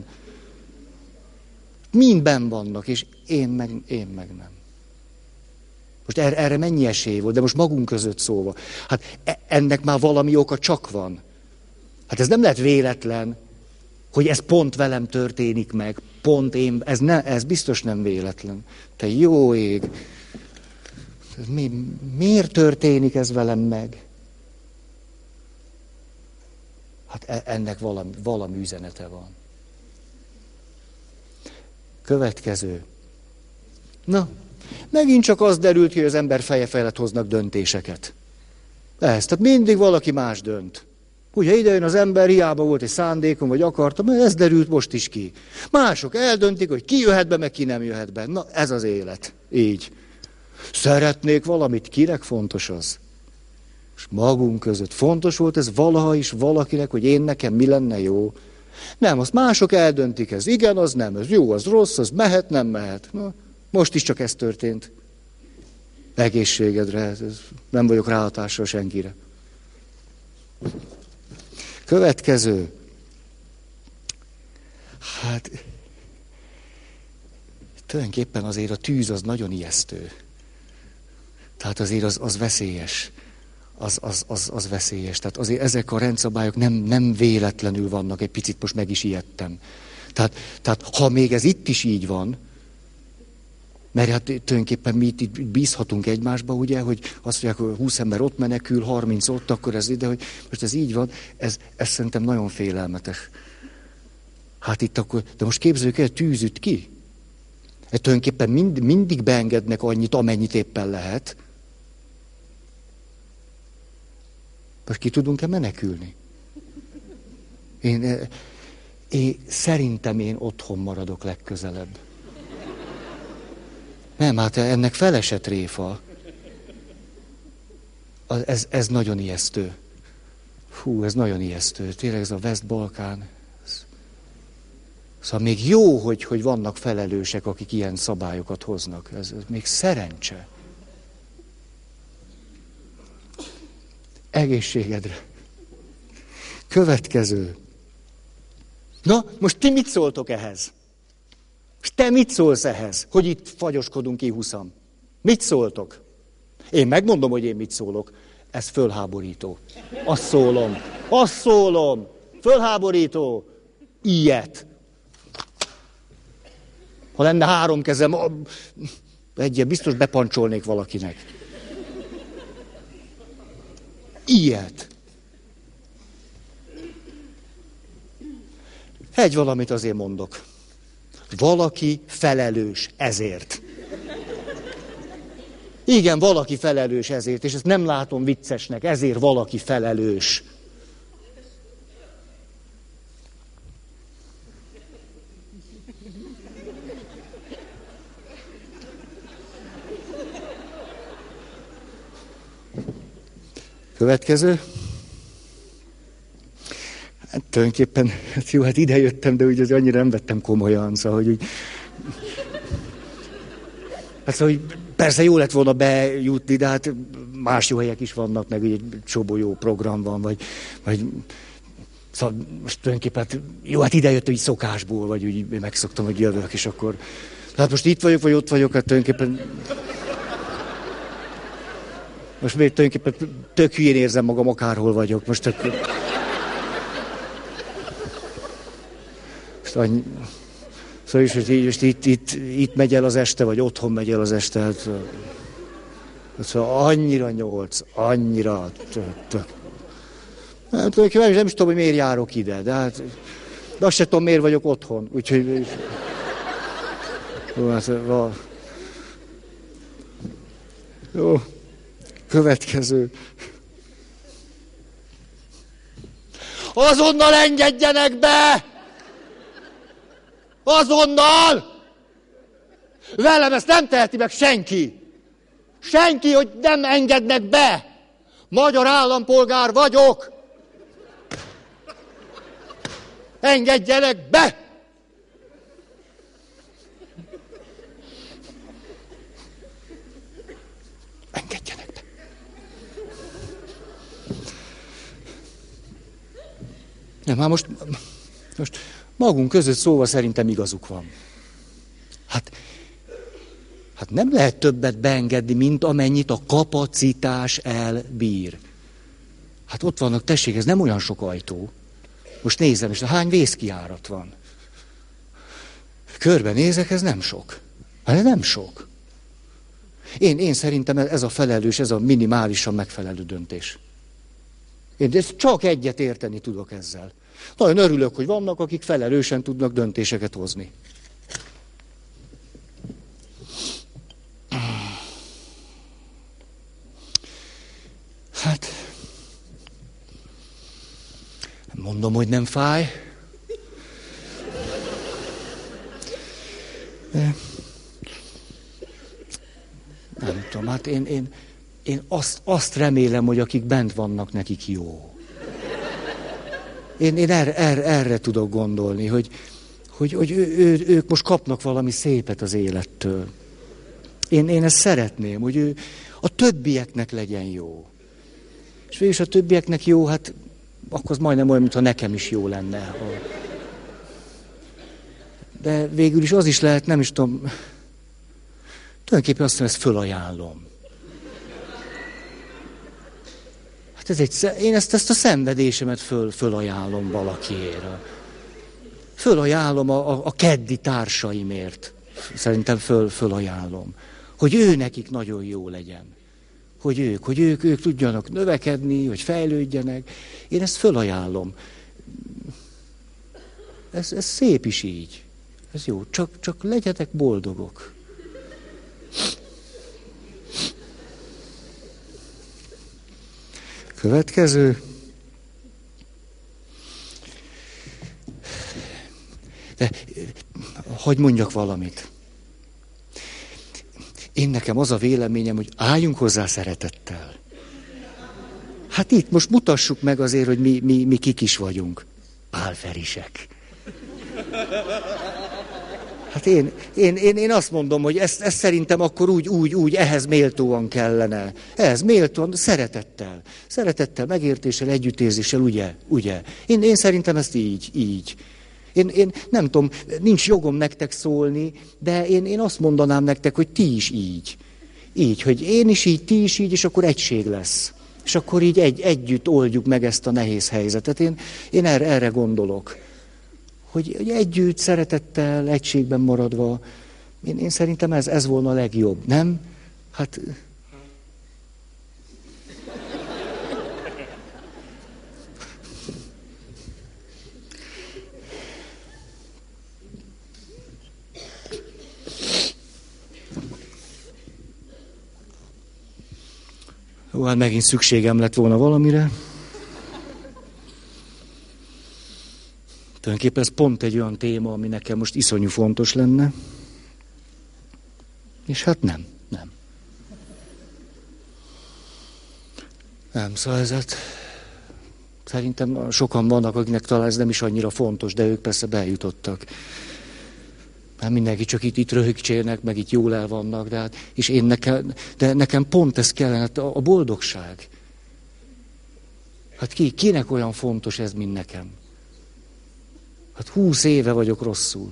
Mind benn vannak, és én meg nem. Most erre mennyi esély volt, de most magunk között szóval. Hát ennek már valami oka csak van. Hát ez nem lehet véletlen, hogy ez pont velem történik meg, pont én, ez biztos nem véletlen. Te jó ég! Miért történik ez velem meg? Hát ennek valami üzenete van. Következő. Na, megint csak az derült ki, hogy az ember feje felett hoznak döntéseket. Tehát mindig valaki más dönt. Ugye idejön az ember, hiába volt egy szándékom, vagy akartam, mert ez derült most is ki. Mások eldöntik, hogy ki jöhet be, meg ki nem jöhet be. Na, ez az élet. Így. Szeretnék valamit, kinek fontos az? És magunk között fontos volt ez valaha is valakinek, hogy én nekem mi lenne jó. Nem, azt mások eldöntik, ez igen, az nem, ez jó, az rossz, az mehet, nem mehet. Na, most is csak ez történt. Egészségedre, nem vagyok ráhatással senkire. Következő. Hát, tulajdonképpen azért a tűz az nagyon ijesztő. Tehát azért az veszélyes. Az veszélyes. Tehát azért ezek a rendszabályok nem véletlenül vannak, egy picit most meg is ijedtem. Tehát ha még ez itt is így van, mert hát tulajdonképpen mi itt bízhatunk egymásba, ugye, hogy azt mondják, hogy 20 ember ott menekül, 30 ott, akkor ez ide, hogy most ez így van, ez szerintem nagyon félelmetes. Hát itt akkor, de most képzeljük el, tűzüt ki. Tulajdonképpen mindig beengednek annyit, amennyit éppen lehet. Most ki tudunk-e menekülni? Szerintem én otthon maradok legközelebb. Nem, hát ennek felesett tréfa. Ez nagyon ijesztő. Hú, ez nagyon ijesztő. Tényleg ez a West-Balkán. Szóval még jó, hogy vannak felelősek, akik ilyen szabályokat hoznak. Ez még szerencse. Egészségedre. Következő. Na, most ti mit szóltok ehhez? És te mit szólsz ehhez, hogy itt fagyoskodunk ki 20-an? Mit szóltok? Én megmondom, hogy én mit szólok. Ez fölháborító. Azt szólom. Fölháborító. Ilyet. Ha lenne 3 kezem, egyet biztos bepancsolnék valakinek. Ilyet. Egy valamit azért mondok. Valaki felelős ezért. Igen, valaki felelős ezért, és ezt nem látom viccesnek, ezért valaki felelős. Következő. Hát tulajdonképpen, jó, hát ide jöttem, de úgy azért annyira nem vettem komolyan, szóval, hogy úgy... Hát szóval, hogy persze jó lett volna bejutni, de hát más jó helyek is vannak, meg egy csomó jó program van, vagy szóval most tulajdonképpen, hát, jó, hát ide jöttem így szokásból, vagy úgy megszoktam, hogy jövök, és akkor... Hát most itt vagyok, vagy ott vagyok, hát tulajdonképpen... Most még tulajdonképpen tök hülyén érzem magam, akárhol vagyok. Most szóval is, hogy most itt megy el az este, vagy otthon megy el az este. Hát, szóval annyira 8, annyira... Hát, nem is tudom, hogy miért járok ide, de hát... De azt sem tudom, miért vagyok otthon. Úgyhogy... Jó. Következő. Azonnal engedjenek be! Azonnal! Velem ezt nem teheti meg senki. Senki, hogy nem engednek be. Magyar állampolgár vagyok. Engedjenek be! Nem, hát most magunk között szóval szerintem igazuk van. Hát nem lehet többet beengedni, mint amennyit a kapacitás elbír. Hát ott vannak, tessék, ez nem olyan sok ajtó. Most nézem, és hány vészkijárat van. Körbenézek, ez nem sok. Hát ez nem sok. Én szerintem ez a felelős, ez a minimálisan megfelelő döntés. Én csak egyet érteni tudok ezzel. Nagyon örülök, hogy vannak, akik felelősen tudnak döntéseket hozni. Hát, mondom, hogy nem fáj. De nem tudom, hát én azt remélem, hogy akik bent vannak, nekik jó. Én erre tudok gondolni, hogy ők most kapnak valami szépet az élettől. Én ezt szeretném, hogy a többieknek legyen jó. És végülis a többieknek jó, hát akkor az majdnem olyan, mintha nekem is jó lenne. De végül is az is lehet, nem is tudom, tulajdonképpen azt mondom, ezt fölajánlom. Hát én ezt a szenvedésemet fölajánlom valakiért. Fölajánlom a keddi társaimért. Szerintem fölajánlom. Hogy ő nekik nagyon jó legyen. Hogy ők tudjanak növekedni, hogy fejlődjenek. Én ezt fölajánlom. Ez szép is így. Ez jó. Csak legyetek boldogok. Következő. De hadd mondjak valamit. Én nekem az a véleményem, hogy álljunk hozzá szeretettel. Hát itt most mutassuk meg azért, hogy mi kik is vagyunk. Pálferisek. Hát én azt mondom, hogy ezt szerintem akkor úgy ehhez méltóan kellene. Ehhez méltóan, szeretettel. Szeretettel, megértéssel, együttérzéssel, ugye? Én szerintem ezt így. Én nem tudom, nincs jogom nektek szólni, de én azt mondanám nektek, hogy ti is így. Így, hogy én is így, ti is így, és akkor egység lesz. És akkor így együtt oldjuk meg ezt a nehéz helyzetet. Én erre gondolok. Hogy együtt, szeretettel, egységben maradva, én szerintem ez volna a legjobb, nem? Hát... Ó, hát megint szükségem lett volna valamire. Tulajdonképpen ez pont egy olyan téma, ami nekem most iszonyú fontos lenne. És hát nem. Nem, szóval ez hát... Szerintem sokan vannak, akiknek talán ez nem is annyira fontos, de ők persze bejutottak. Hát mindenki csak itt röhögcsélnek, meg itt jól el vannak, és nekem pont ez kellene, hát a boldogság. Hát kinek olyan fontos ez, mint nekem? Hát 20 éve vagyok rosszul.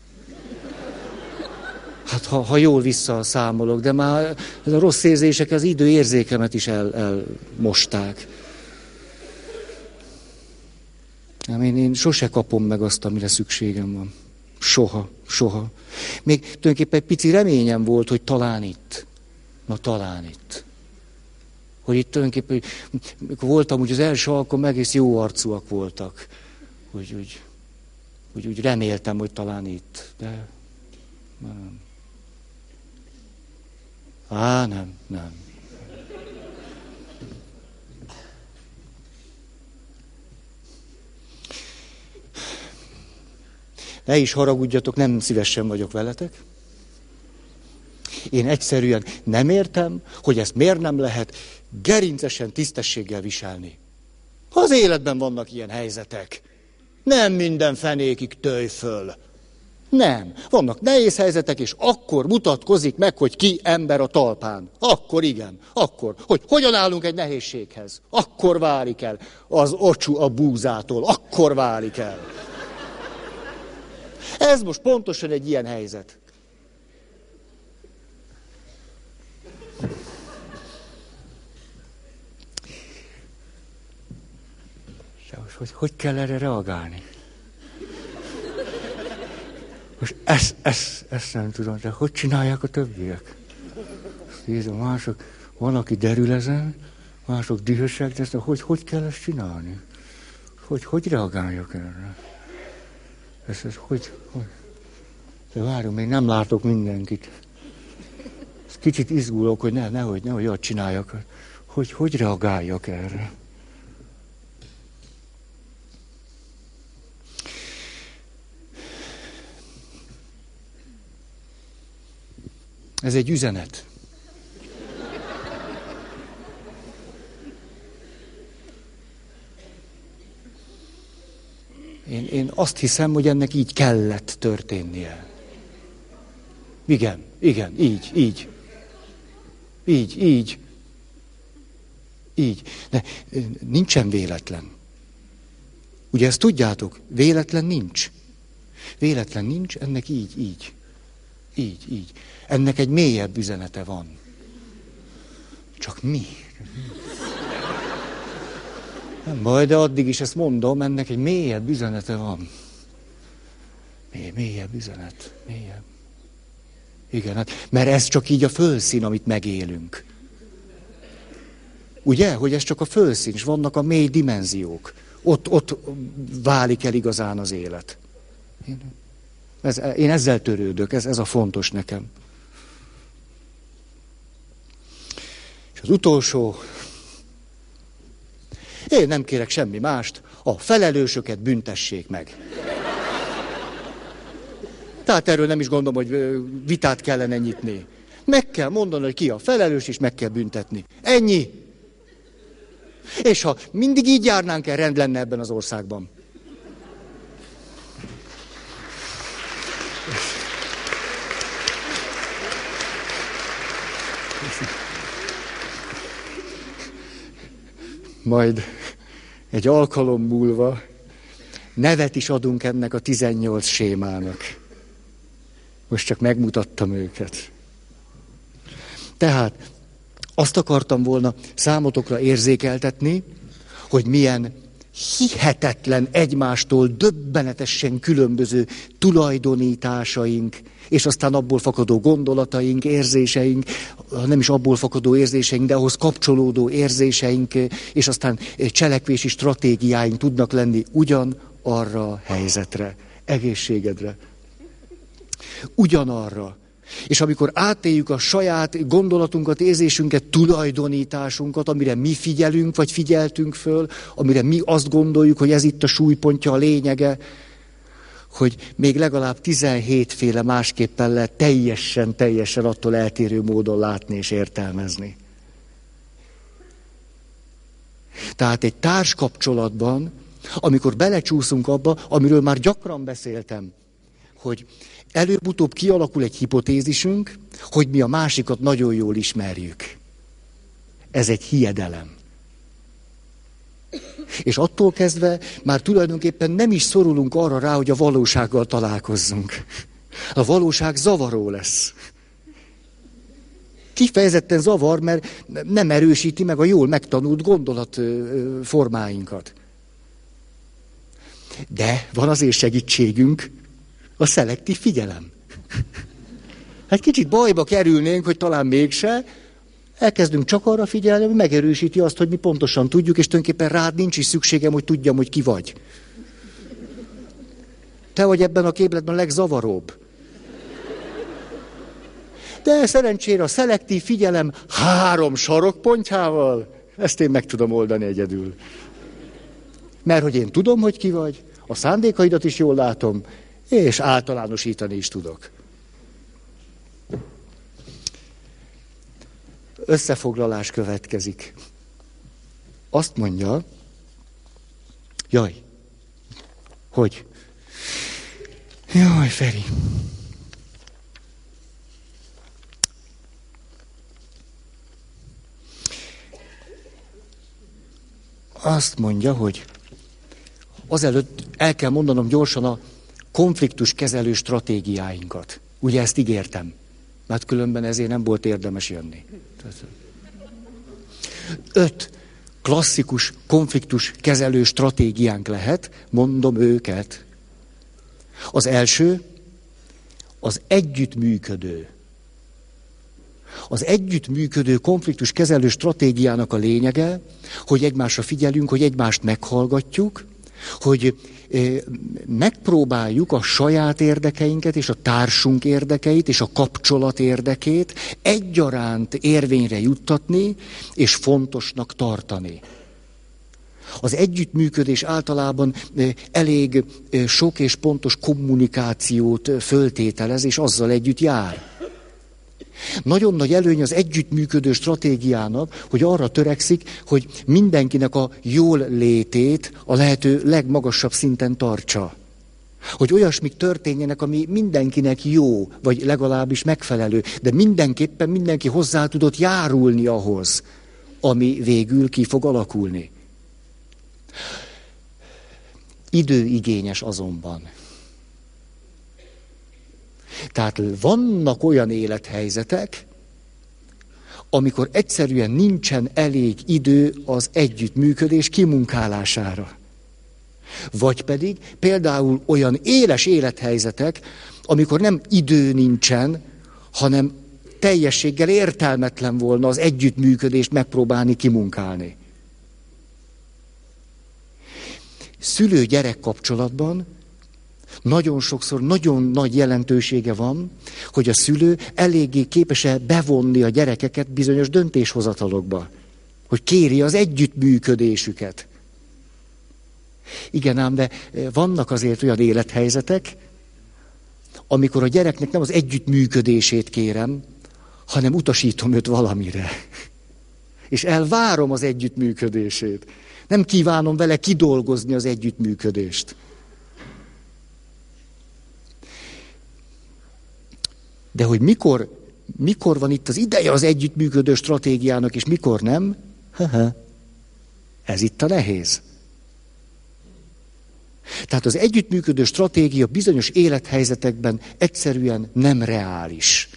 Hát ha jól visszaszámolok, de már a rossz érzések az időérzékemet is elmosták. Én sose kapom meg azt, amire szükségem van. Soha. Még tulajdonképpen egy pici reményem volt, hogy talán itt. Hogy itt tulajdonképpen, mikor voltam, úgy az első alkalom egész jó arcúak voltak. Úgy reméltem, hogy talán itt. De nem. Nem. Ne is haragudjatok, nem szívesen vagyok veletek. Én egyszerűen nem értem, hogy ezt miért nem lehet gerincesen, tisztességgel viselni. Az életben vannak ilyen helyzetek. Nem minden fenékig töj föl. Nem. Vannak nehéz helyzetek, és akkor mutatkozik meg, hogy ki ember a talpán. Akkor igen. Akkor. Hogy hogyan állunk egy nehézséghez. Akkor válik el az ocsú a búzától. Akkor válik el. Ez most pontosan egy ilyen helyzet. Hogy kell erre reagálni? Most ezt nem tudom, de hogy csinálják a többiek? Nézem, mások, van, aki derül ezen, mások dühösek, de hogy kell ezt csinálni? Hogy reagáljak erre? Hogy? De várjunk, még nem látok mindenkit. Kicsit izgulok, hogy nehogy olyat csináljak. Hogy reagáljak erre? Ez egy üzenet. Én azt hiszem, hogy ennek így kellett történnie. Igen, így. De nincsen véletlen. Ugye ezt tudjátok? Véletlen nincs. Véletlen nincs, ennek így. Ennek egy mélyebb üzenete van. Csak mi? Nem baj, de addig is ezt mondom, ennek egy mélyebb üzenete van. Mélyebb üzenet. Mélyebb. Igen, hát, mert ez csak így a fölszín, amit megélünk. Ugye, hogy ez csak a fölszín, és vannak a mély dimenziók. Ott válik el igazán az élet. Én ezzel törődök, ez a fontos nekem. És az utolsó, én nem kérek semmi mást, a felelősöket büntessék meg. Tehát erről nem is gondolom, hogy vitát kellene nyitni. Meg kell mondani, hogy ki a felelős, és meg kell büntetni. Ennyi. És ha mindig így járnánk el, rend lenne ebben az országban. Majd egy alkalom múlva nevet is adunk ennek a 18 sémának. Most csak megmutattam őket. Tehát azt akartam volna számotokra érzékeltetni, hogy milyen hihetetlen egymástól döbbenetesen különböző tulajdonításaink, és aztán abból fakadó gondolataink, érzéseink, nem is abból fakadó érzéseink, de ahhoz kapcsolódó érzéseink, és aztán cselekvési stratégiáink tudnak lenni ugyanarra a helyzetre, egészségedre. Ugyanarra. És amikor átéljük a saját gondolatunkat, érzésünket, tulajdonításunkat, amire mi figyelünk, vagy figyeltünk föl, amire mi azt gondoljuk, hogy ez itt a súlypontja, a lényege, hogy még legalább 17 féle másképpen lehet teljesen attól eltérő módon látni és értelmezni. Tehát egy társkapcsolatban, amikor belecsúszunk abba, amiről már gyakran beszéltem, hogy előbb-utóbb kialakul egy hipotézisünk, hogy mi a másikat nagyon jól ismerjük. Ez egy hiedelem. És attól kezdve már tulajdonképpen nem is szorulunk arra rá, hogy a valósággal találkozzunk. A valóság zavaró lesz. Kifejezetten zavar, mert nem erősíti meg a jól megtanult gondolatformáinkat. De van azért segítségünk, a szelektív figyelem. Hát kicsit bajba kerülnénk, hogy talán mégse, elkezdünk csak arra figyelni, hogy megerősíti azt, hogy mi pontosan tudjuk, és tulajdonképpen rád nincs is szükségem, hogy tudjam, hogy ki vagy. Te vagy ebben a képletben a legzavaróbb. De szerencsére a szelektív figyelem 3 sarokpontjával, ezt én meg tudom oldani egyedül. Mert hogy én tudom, hogy ki vagy, a szándékaidat is jól látom, és általánosítani is tudok. Összefoglalás következik. Azt mondja, hogy Jaj, Feri. Azt mondja, hogy azelőtt el kell mondanom gyorsan a konfliktuskezelő stratégiáinkat. Ugye ezt ígértem, mert különben ezért nem volt érdemes jönni. 5 klasszikus konfliktuskezelő stratégiánk lehet, mondom őket. Az első, az együttműködő. Az együttműködő konfliktuskezelő stratégiának a lényege, hogy egymásra figyelünk, hogy egymást meghallgatjuk, hogy megpróbáljuk a saját érdekeinket és a társunk érdekeit és a kapcsolat érdekét egyaránt érvényre juttatni és fontosnak tartani. Az együttműködés általában elég sok és pontos kommunikációt föltételez, és azzal együtt jár. Nagyon nagy előny az együttműködő stratégiának, hogy arra törekszik, hogy mindenkinek a jól létét a lehető legmagasabb szinten tartsa. Hogy olyasmik történjenek, ami mindenkinek jó, vagy legalábbis megfelelő, de mindenképpen mindenki hozzá tudott járulni ahhoz, ami végül ki fog alakulni. Időigényes azonban. Tehát vannak olyan élethelyzetek, amikor egyszerűen nincsen elég idő az együttműködés kimunkálására. Vagy pedig például olyan éles élethelyzetek, amikor nem idő nincsen, hanem teljességgel értelmetlen volna az együttműködést megpróbálni kimunkálni. Szülő-gyerek kapcsolatban nagyon sokszor nagyon nagy jelentősége van, hogy a szülő eléggé képes-e bevonni a gyerekeket bizonyos döntéshozatalokba. Hogy kéri az együttműködésüket. Igen ám, de vannak azért olyan élethelyzetek, amikor a gyereknek nem az együttműködését kérem, hanem utasítom őt valamire. És elvárom az együttműködését. Nem kívánom vele kidolgozni az együttműködést. De hogy mikor van itt az ideje az együttműködő stratégiának, és mikor nem, ez itt a nehéz. Tehát az együttműködő stratégia bizonyos élethelyzetekben egyszerűen nem reális.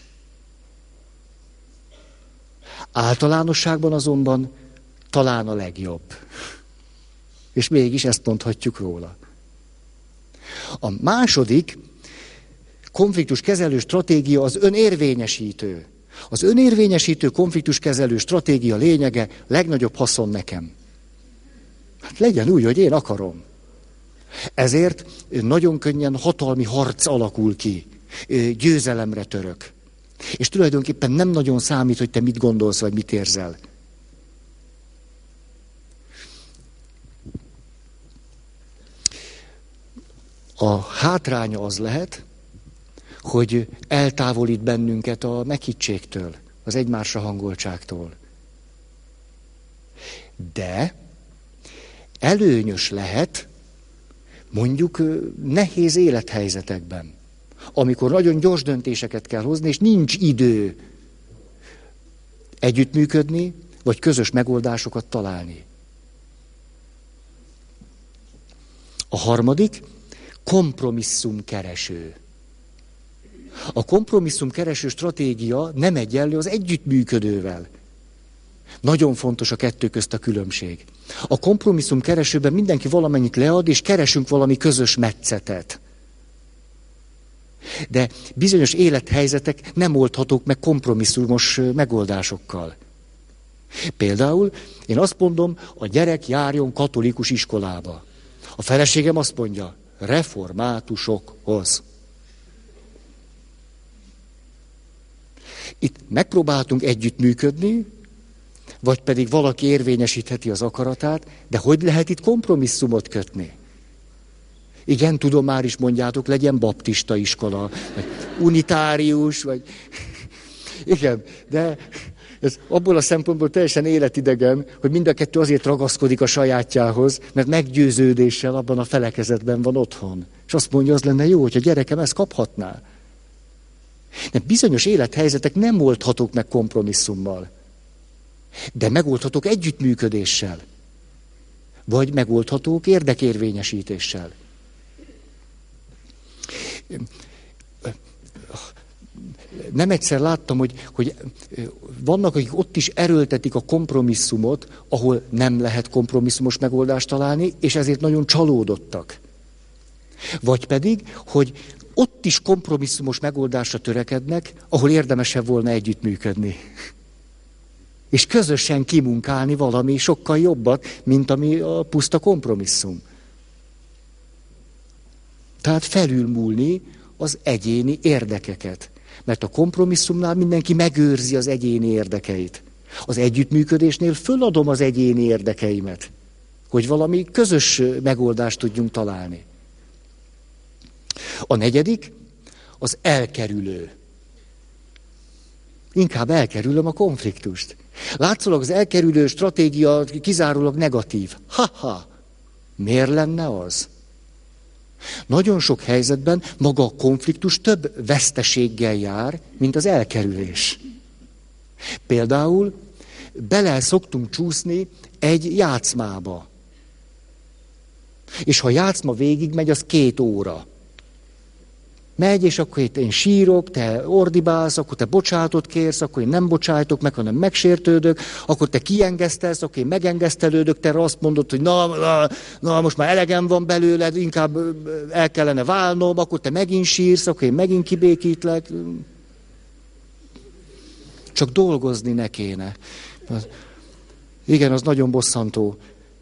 Általánosságban azonban talán a legjobb. És mégis ezt mondhatjuk róla. A második konfliktuskezelő stratégia az önérvényesítő. Az önérvényesítő konfliktuskezelő stratégia lényege legnagyobb haszon nekem. Hát legyen úgy, hogy én akarom. Ezért nagyon könnyen hatalmi harc alakul ki. Győzelemre török. És tulajdonképpen nem nagyon számít, hogy te mit gondolsz, vagy mit érzel. A hátránya az lehet, hogy eltávolít bennünket a meghittségtől, az egymásra hangoltságtól. De előnyös lehet, mondjuk nehéz élethelyzetekben, amikor nagyon gyors döntéseket kell hozni, és nincs idő együttműködni, vagy közös megoldásokat találni. A harmadik, kompromisszumkereső. A kompromisszumkereső stratégia nem egyenlő az együttműködővel. Nagyon fontos a kettő közt a különbség. A kompromisszumkeresőben mindenki valamennyit lead, és keresünk valami közös metszetet. De bizonyos élethelyzetek nem oldhatók meg kompromisszumos megoldásokkal. Például én azt mondom, a gyerek járjon katolikus iskolába. A feleségem azt mondja, reformátusokhoz. Itt megpróbáltunk együttműködni, vagy pedig valaki érvényesítheti az akaratát, de hogy lehet itt kompromisszumot kötni? Igen, tudom, már is mondjátok, legyen baptista iskola, vagy unitárius, vagy... Igen, de Ez abból a szempontból teljesen életidegen, hogy mind a kettő azért ragaszkodik a sajátjához, mert meggyőződéssel abban a felekezetben van otthon. És azt mondja, az lenne jó, hogy a gyerekem ezt kaphatná. De bizonyos élethelyzetek nem oldhatók meg kompromisszummal. De megoldhatók együttműködéssel. Vagy megoldhatók érdekérvényesítéssel. Nem egyszer láttam, hogy vannak, akik ott is erőltetik a kompromisszumot, ahol nem lehet kompromisszumos megoldást találni, és ezért nagyon csalódottak. Vagy pedig, hogy ott is kompromisszumos megoldásra törekednek, ahol érdemesebb volna együttműködni. És közösen kimunkálni valami sokkal jobbat, mint ami a puszta kompromisszum. Tehát felülmúlni az egyéni érdekeket. Mert a kompromisszumnál mindenki megőrzi az egyéni érdekeit. Az együttműködésnél föladom az egyéni érdekeimet, hogy valami közös megoldást tudjunk találni. A negyedik, az elkerülő. Inkább elkerülöm a konfliktust. Látszólag az elkerülő stratégia kizárólag negatív. Ha-ha! Miért lenne az? Nagyon sok helyzetben maga a konfliktus több veszteséggel jár, mint az elkerülés. Például bele szoktunk csúszni egy játszmába. És ha a játszma végigmegy, az 2 óra. Megy, és akkor itt én sírok, te ordibálsz, akkor te bocsánatot kérsz, akkor én nem bocsájtok meg, hanem megsértődök, akkor te kiengesztelsz, akkor én megengesztelődök, te azt mondod, hogy na, most már elegem van belőled, inkább el kellene válnom, akkor te megint sírsz, akkor én megint kibékítlek. Csak dolgozni ne kéne. Igen, az nagyon bosszantó.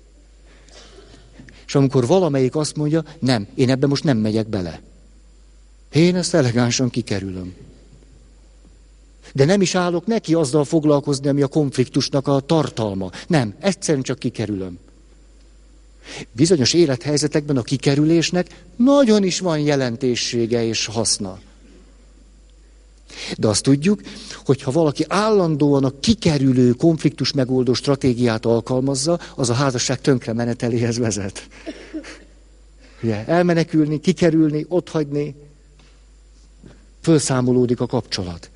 És amikor valamelyik azt mondja, nem, én ebben most nem megyek bele. Én ezt elegánsan kikerülöm. De nem is állok neki azzal foglalkozni, ami a konfliktusnak a tartalma. Nem, egyszerűen csak kikerülöm. Bizonyos élethelyzetekben a kikerülésnek nagyon is van jelentősége és haszna. De azt tudjuk, hogy ha valaki állandóan a kikerülő konfliktus megoldó stratégiát alkalmazza, az a házasság tönkremeneteléhez vezet. Ugye, elmenekülni, kikerülni, otthagyni, fölszámolódik a kapcsolat.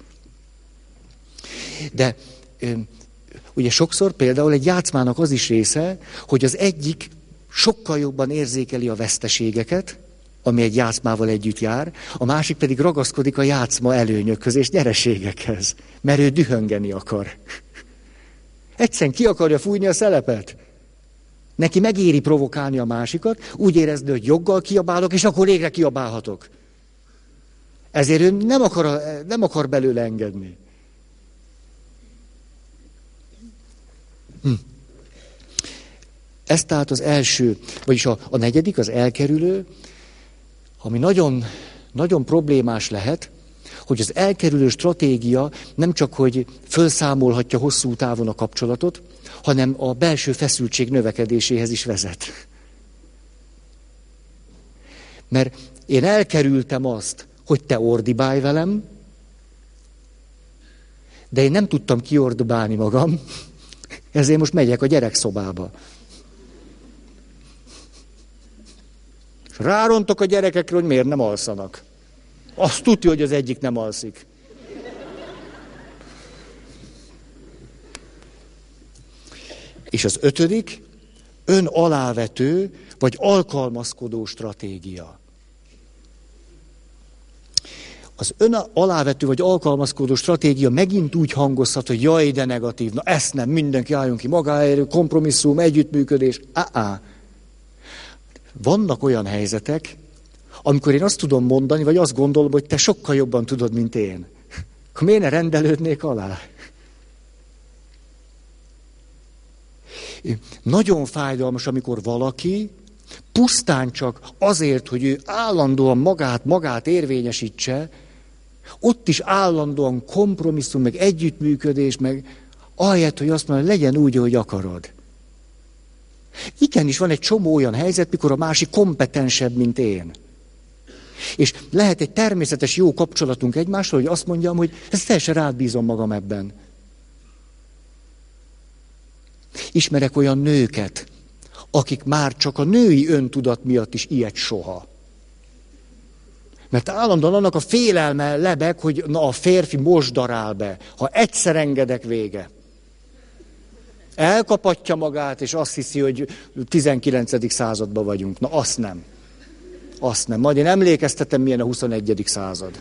De ugye sokszor például egy játszmának az is része, hogy az egyik sokkal jobban érzékeli a veszteségeket, ami egy játszmával együtt jár, a másik pedig ragaszkodik a játszma előnyökhöz és nyereségekhez, mert ő dühöngeni akar. Egyszerűen ki akarja fújni a szelepet. Neki megéri provokálni a másikat, úgy érezni, hogy joggal kiabálok, és akkor végre kiabálhatok. Ezért ő nem akar belőle engedni. Ez tehát az első, vagyis a negyedik, az elkerülő, ami nagyon, nagyon problémás lehet, hogy az elkerülő stratégia nem csak, hogy felszámolhatja hosszú távon a kapcsolatot, hanem a belső feszültség növekedéséhez is vezet. Mert én elkerültem azt, hogy te ordibálj velem, de én nem tudtam kiordibálni magam, ezért most megyek a gyerekszobába. És rárontok a gyerekekre, hogy miért nem alszanak. Azt tudja, hogy az egyik nem alszik. És az 5. önalávető vagy alkalmazkodó stratégia. Az önalávető vagy alkalmazkodó stratégia megint úgy hangozhat, hogy jaj, de negatív, na ezt nem, mindenki álljon ki magáért, kompromisszum, együttműködés. Vannak olyan helyzetek, amikor én azt tudom mondani, vagy azt gondolom, hogy te sokkal jobban tudod, mint én. Akkor miért ne rendelődnék alá? Nagyon fájdalmas, amikor valaki pusztán csak azért, hogy ő állandóan magát érvényesítse, ott is állandóan kompromisszum, meg együttműködés, meg ahelyett, hogy azt mondja, legyen úgy, ahogy akarod. Igenis van egy csomó olyan helyzet, mikor a másik kompetensebb, mint én. És lehet egy természetes jó kapcsolatunk egymással, hogy azt mondjam, hogy ezt teljesen rád bízom magam ebben. Ismerek olyan nőket, akik már csak a női öntudat miatt is ilyet soha. Mert állandóan annak a félelme lebeg, hogy na a férfi most darál be. Ha egyszer engedek, vége. Elkapatja magát, és azt hiszi, hogy 19. században vagyunk. Na azt nem. Azt nem. Majd én emlékeztetem, milyen a 21. század.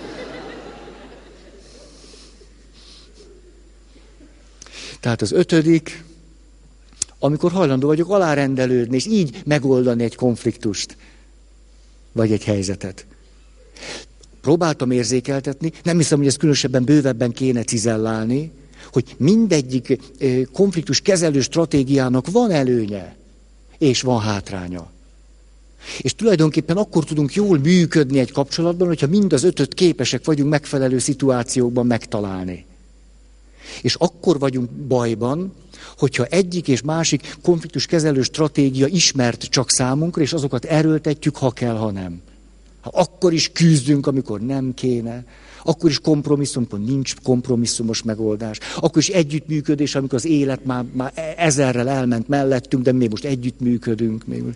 Tehát az 5., amikor hajlandó vagyok alárendelődni, és így megoldani egy konfliktust, vagy egy helyzetet. Próbáltam érzékeltetni, nem hiszem, hogy ezt különösebben bővebben kéne cizellálni, hogy mindegyik konfliktus kezelő stratégiának van előnye, és van hátránya. És tulajdonképpen akkor tudunk jól működni egy kapcsolatban, hogyha mind az 5-öt képesek vagyunk megfelelő szituációkban megtalálni. És akkor vagyunk bajban, hogyha egyik és másik konfliktus kezelő stratégia ismert csak számunkra, és azokat erőltetjük, ha kell, ha nem. Akkor is küzdünk, amikor nem kéne. Akkor is kompromisszum, amikor nincs kompromisszumos megoldás. Akkor is együttműködés, amikor az élet már ezerrel elment mellettünk, de mi most együttműködünk. Még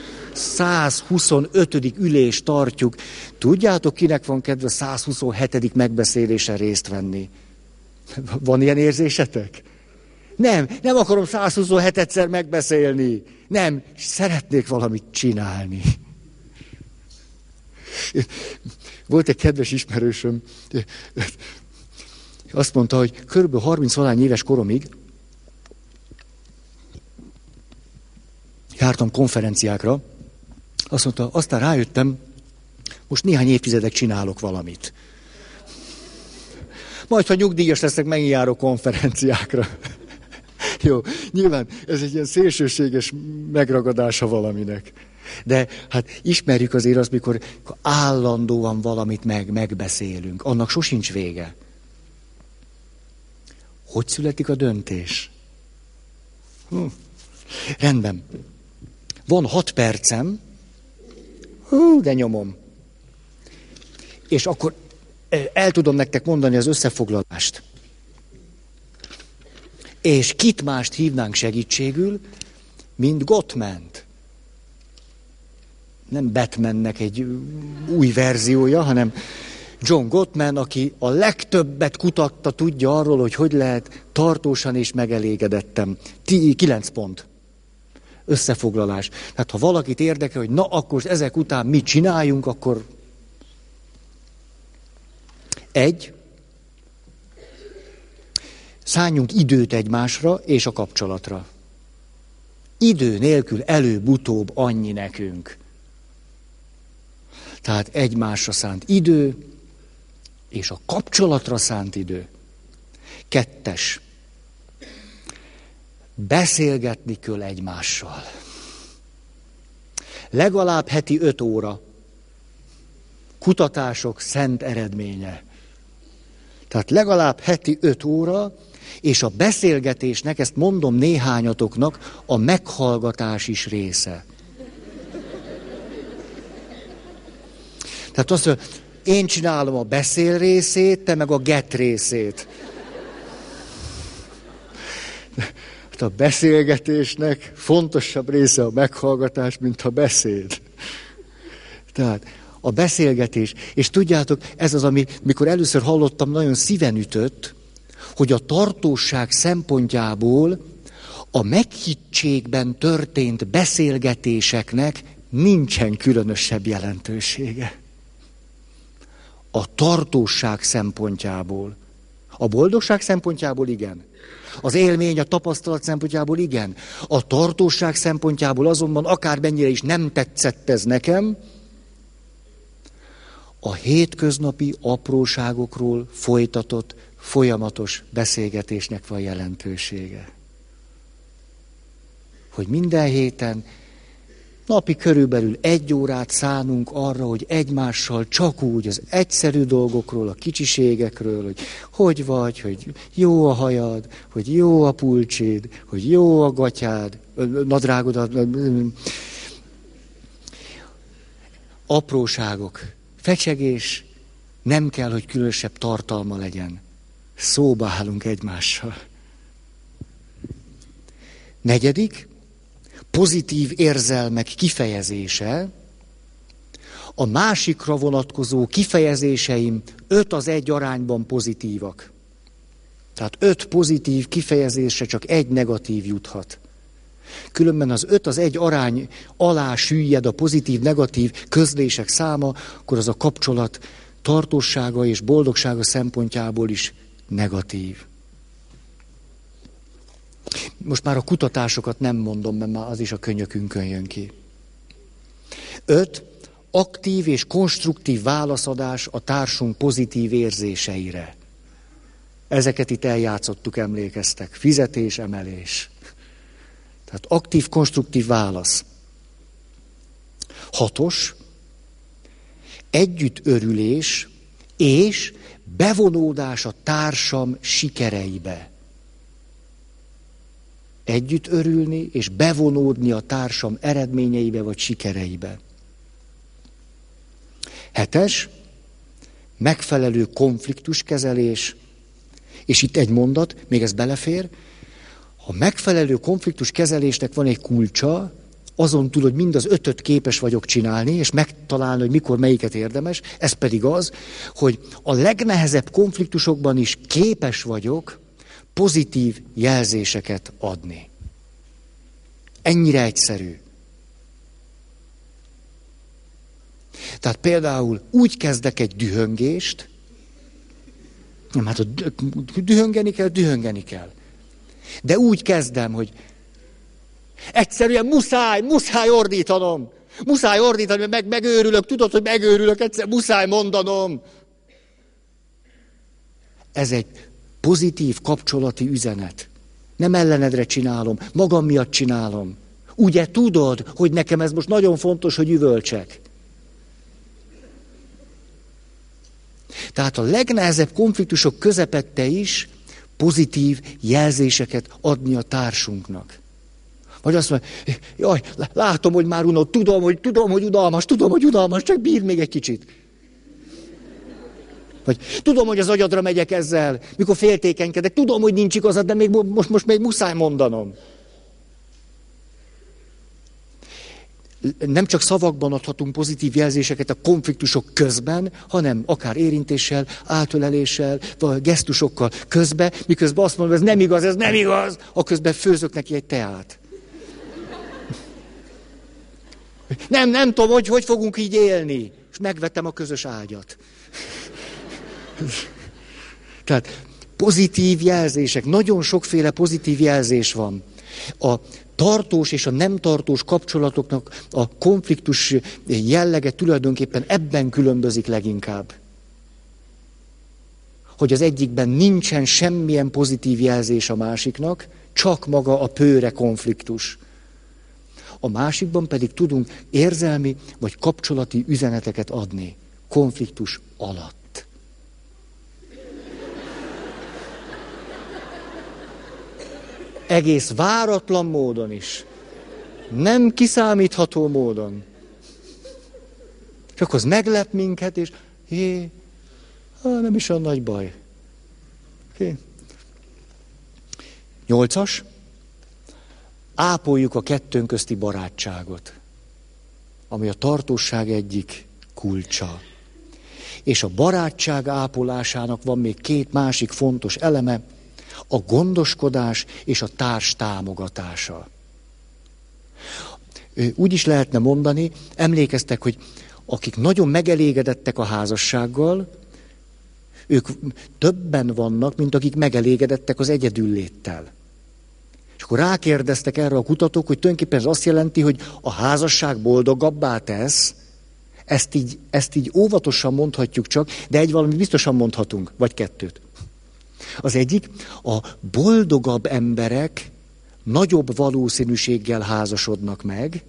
125. ülést tartjuk. Tudjátok, kinek van kedve 127. megbeszélésen részt venni? Van ilyen érzésetek? Nem akarom 127-szer megbeszélni. Nem, szeretnék valamit csinálni. Volt egy kedves ismerősöm, azt mondta, hogy körülbelül 30-valány éves koromig jártam konferenciákra, azt mondta, aztán rájöttem, most néhány évtizedek csinálok valamit. Majd, ha nyugdíjas leszek, megint járok konferenciákra. Jó, nyilván ez egy ilyen szélsőséges megragadása valaminek. De hát ismerjük azért azt, mikor állandóan valamit megbeszélünk. Annak sosincs vége. Hogy születik a döntés? Rendben. Van 6 percem, de nyomom. És akkor el tudom nektek mondani az összefoglalást. És kit mást hívnánk segítségül, mint Gottmant. Nem Batmannek egy új verziója, hanem John Gottman, aki a legtöbbet kutatta, tudja arról, hogy lehet tartósan és megelégedettem. 9 pont. Összefoglalás. Tehát ha valakit érdekel, hogy na akkor ezek után mit csináljunk, akkor 1. Szálljunk időt egymásra és a kapcsolatra. Idő nélkül előbb-utóbb annyi nekünk. Tehát egymásra szánt idő, és a kapcsolatra szánt idő. 2. Beszélgetni kell egymással. Legalább heti 5 óra. Kutatások szent eredménye. Tehát legalább heti 5 óra, és a beszélgetésnek, ezt mondom néhányatoknak, a meghallgatás is része. Tehát azt mondja, én csinálom a beszél részét, te meg a get részét. Hát a beszélgetésnek fontosabb része a meghallgatás, mint a beszéd. Tehát a beszélgetés. És tudjátok, ez az, ami, mikor először hallottam, nagyon szíven ütött, hogy a tartóság szempontjából a meghittségben történt beszélgetéseknek nincsen különösebb jelentősége. A tartóság szempontjából. A boldogság szempontjából igen. Az élmény, a tapasztalat szempontjából igen. A tartóság szempontjából azonban akármennyire is nem tetszett ez nekem, a hétköznapi apróságokról folytatott folyamatos beszélgetésnek van jelentősége. Hogy minden héten napi körülbelül 1 órát szánunk arra, hogy egymással csak úgy az egyszerű dolgokról, a kicsiségekről, hogy vagy, hogy jó a hajad, hogy jó a pulcsid, hogy jó a gatyád, nadrágodat, apróságok, fecsegés, nem kell, hogy különösebb tartalma legyen. Szóba állunk egymással. Negyedik, pozitív érzelmek kifejezése. A másikra vonatkozó kifejezéseim 5:1 arányban pozitívak. Tehát 5 pozitív kifejezésre csak 1 negatív juthat. Különben az 5:1 arány alá süllyed a pozitív-negatív közlések száma, akkor az a kapcsolat tartósága és boldogsága szempontjából is negatív. Most már a kutatásokat nem mondom, mert már az is a könyökünkön jön ki. 5. Aktív és konstruktív válaszadás a társunk pozitív érzéseire. Ezeket itt eljátszottuk, emlékeztek. Fizetés, emelés. Tehát aktív, konstruktív válasz. 6. Együttörülés és bevonódás a társam sikereibe. Együtt örülni és bevonódni a társam eredményeibe vagy sikereibe. 7. Megfelelő konfliktuskezelés, és itt egy mondat, még ez belefér, a megfelelő konfliktuskezelésnek van egy kulcsa, azon túl, hogy mind az 5-öt képes vagyok csinálni, és megtalálni, hogy mikor melyiket érdemes, ez pedig az, hogy a legnehezebb konfliktusokban is képes vagyok pozitív jelzéseket adni. Ennyire egyszerű. Tehát például úgy kezdek egy dühöngést, nem, hát dühöngeni kell. De úgy kezdem, hogy egyszerűen muszáj ordítanom. Muszáj ordítani, mert megőrülök, tudod, hogy megőrülök, egyszer muszáj mondanom. Ez egy pozitív kapcsolati üzenet. Nem ellenedre csinálom, magam miatt csinálom. Ugye tudod, hogy nekem ez most nagyon fontos, hogy üvöltsek. Tehát a legnehezebb konfliktusok közepette is pozitív jelzéseket adni a társunknak. Vagy azt mondja, jaj, látom, hogy már unod, tudom, hogy unalmas, csak bírd még egy kicsit. Vagy tudom, hogy az agyadra megyek ezzel, mikor féltékenykedek, tudom, hogy nincs igazad, de még most még muszáj mondanom. Nem csak szavakban adhatunk pozitív jelzéseket a konfliktusok közben, hanem akár érintéssel, átöleléssel, vagy gesztusokkal közben, miközben azt mondom, ez nem igaz, aközben főzök neki egy teát. Nem tudom, hogy fogunk így élni. És megvettem a közös ágyat. Tehát pozitív jelzések, nagyon sokféle pozitív jelzés van. A tartós és a nem tartós kapcsolatoknak a konfliktus jellege tulajdonképpen ebben különbözik leginkább. Hogy az egyikben nincsen semmilyen pozitív jelzés a másiknak, csak maga a pőre konfliktus. A másikban pedig tudunk érzelmi vagy kapcsolati üzeneteket adni konfliktus alatt. Egész váratlan módon is. Nem kiszámítható módon. És akkor az meglep minket, és nem is olyan nagy baj. Okay. 8. Ápoljuk a kettőnk közti barátságot, ami a tartóság egyik kulcsa. És a barátság ápolásának van még 2 másik fontos eleme, a gondoskodás és a társ támogatása. Úgy is lehetne mondani, emlékeztek, hogy akik nagyon megelégedettek a házassággal, ők többen vannak, mint akik megelégedettek az egyedülléttel. És akkor rákérdeztek erre a kutatók, hogy tulajdonképpen ez azt jelenti, hogy a házasság boldogabbá tesz. Ezt így óvatosan mondhatjuk csak, de egy valamit biztosan mondhatunk, vagy 2. Az egyik, a boldogabb emberek nagyobb valószínűséggel házasodnak meg,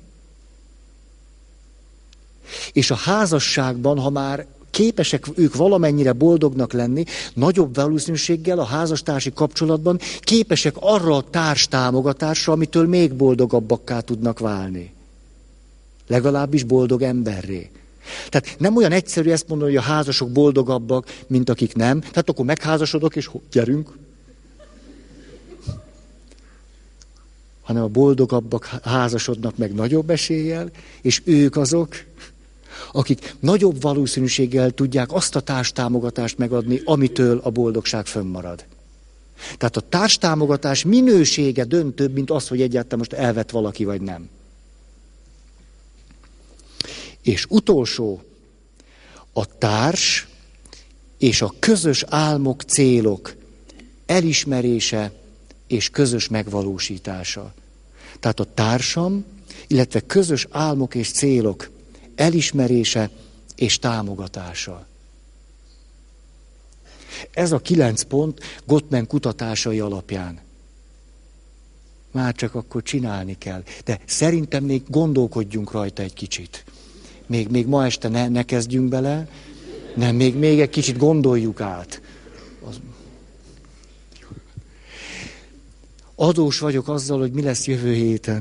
és a házasságban, ha már képesek ők valamennyire boldognak lenni, nagyobb valószínűséggel a házastársi kapcsolatban képesek arra a társ támogatásra, amitől még boldogabbakká tudnak válni. Legalábbis boldog emberré. Tehát nem olyan egyszerű ezt mondani, hogy a házasok boldogabbak, mint akik nem. Tehát akkor megházasodok, és gyerünk. hanem a boldogabbak házasodnak meg nagyobb eséllyel, és ők azok, akik nagyobb valószínűséggel tudják azt a társtámogatást megadni, amitől a boldogság fönnmarad. Tehát a társtámogatás minősége döntőbb, mint az, hogy egyáltalán most elvett valaki, vagy nem. És utolsó, a társ és a közös álmok, célok elismerése és közös megvalósítása. Tehát a társam, illetve közös álmok és célok elismerése és támogatása. Ez a 9 pont Gottman kutatásai alapján. Már csak akkor csinálni kell. De szerintem még gondolkodjunk rajta egy kicsit. Még ma este ne kezdjünk bele, nem, még egy kicsit gondoljuk át. Adós vagyok azzal, hogy mi lesz jövő héten.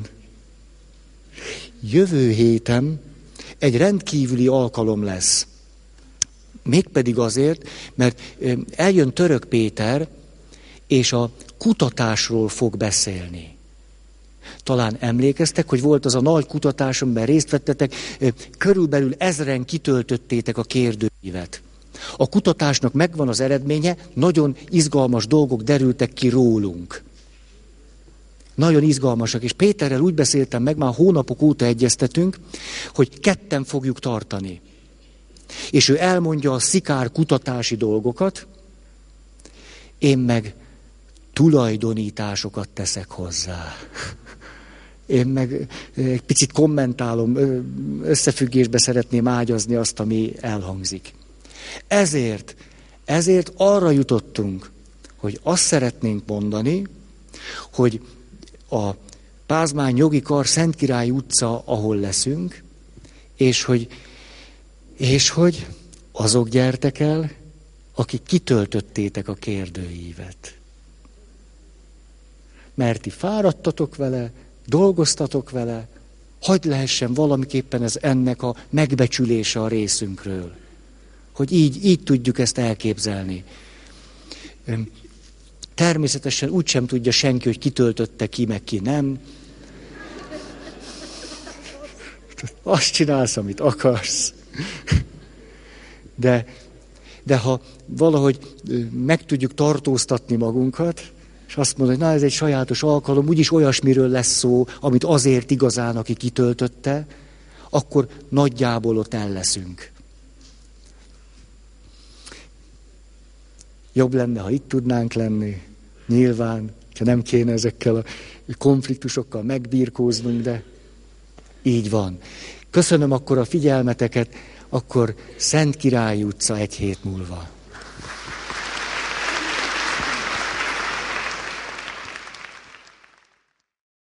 Jövő héten egy rendkívüli alkalom lesz. Mégpedig azért, mert eljön Török Péter, és a kutatásról fog beszélni. Talán emlékeztek, hogy volt az a nagy kutatás, amiben részt vettetek, körülbelül 1000-en kitöltöttétek a kérdőívet. A kutatásnak megvan az eredménye, nagyon izgalmas dolgok derültek ki rólunk. Nagyon izgalmasak, és Péterrel úgy beszéltem meg, már hónapok óta egyeztetünk, hogy 2 fogjuk tartani. És ő elmondja a szikár kutatási dolgokat, én meg tulajdonításokat teszek hozzá. Én meg egy picit kommentálom, összefüggésbe szeretném ágyazni azt, ami elhangzik. Ezért arra jutottunk, hogy azt szeretnénk mondani, hogy a Pázmány Jogi Kar Szentkirály utca, ahol leszünk, és hogy azok gyertek el, akik kitöltöttétek a kérdőívet. Mert ti fáradtatok vele, dolgoztatok vele, hadd lehessen valamiképpen ez ennek a megbecsülése a részünkről. Hogy így tudjuk ezt elképzelni. Természetesen úgysem tudja senki, hogy kitöltötte ki, meg ki nem. Azt csinálsz, amit akarsz. De ha valahogy meg tudjuk tartóztatni magunkat, és azt mondod, hogy na ez egy sajátos alkalom, úgyis olyasmiről lesz szó, amit azért igazán, aki kitöltötte, akkor nagyjából ott el leszünk. Jobb lenne, ha itt tudnánk lenni, nyilván, ha nem kéne ezekkel a konfliktusokkal megbirkóznunk, de így van. Köszönöm akkor a figyelmeteket, akkor Szentkirály utca 1 hét múlva.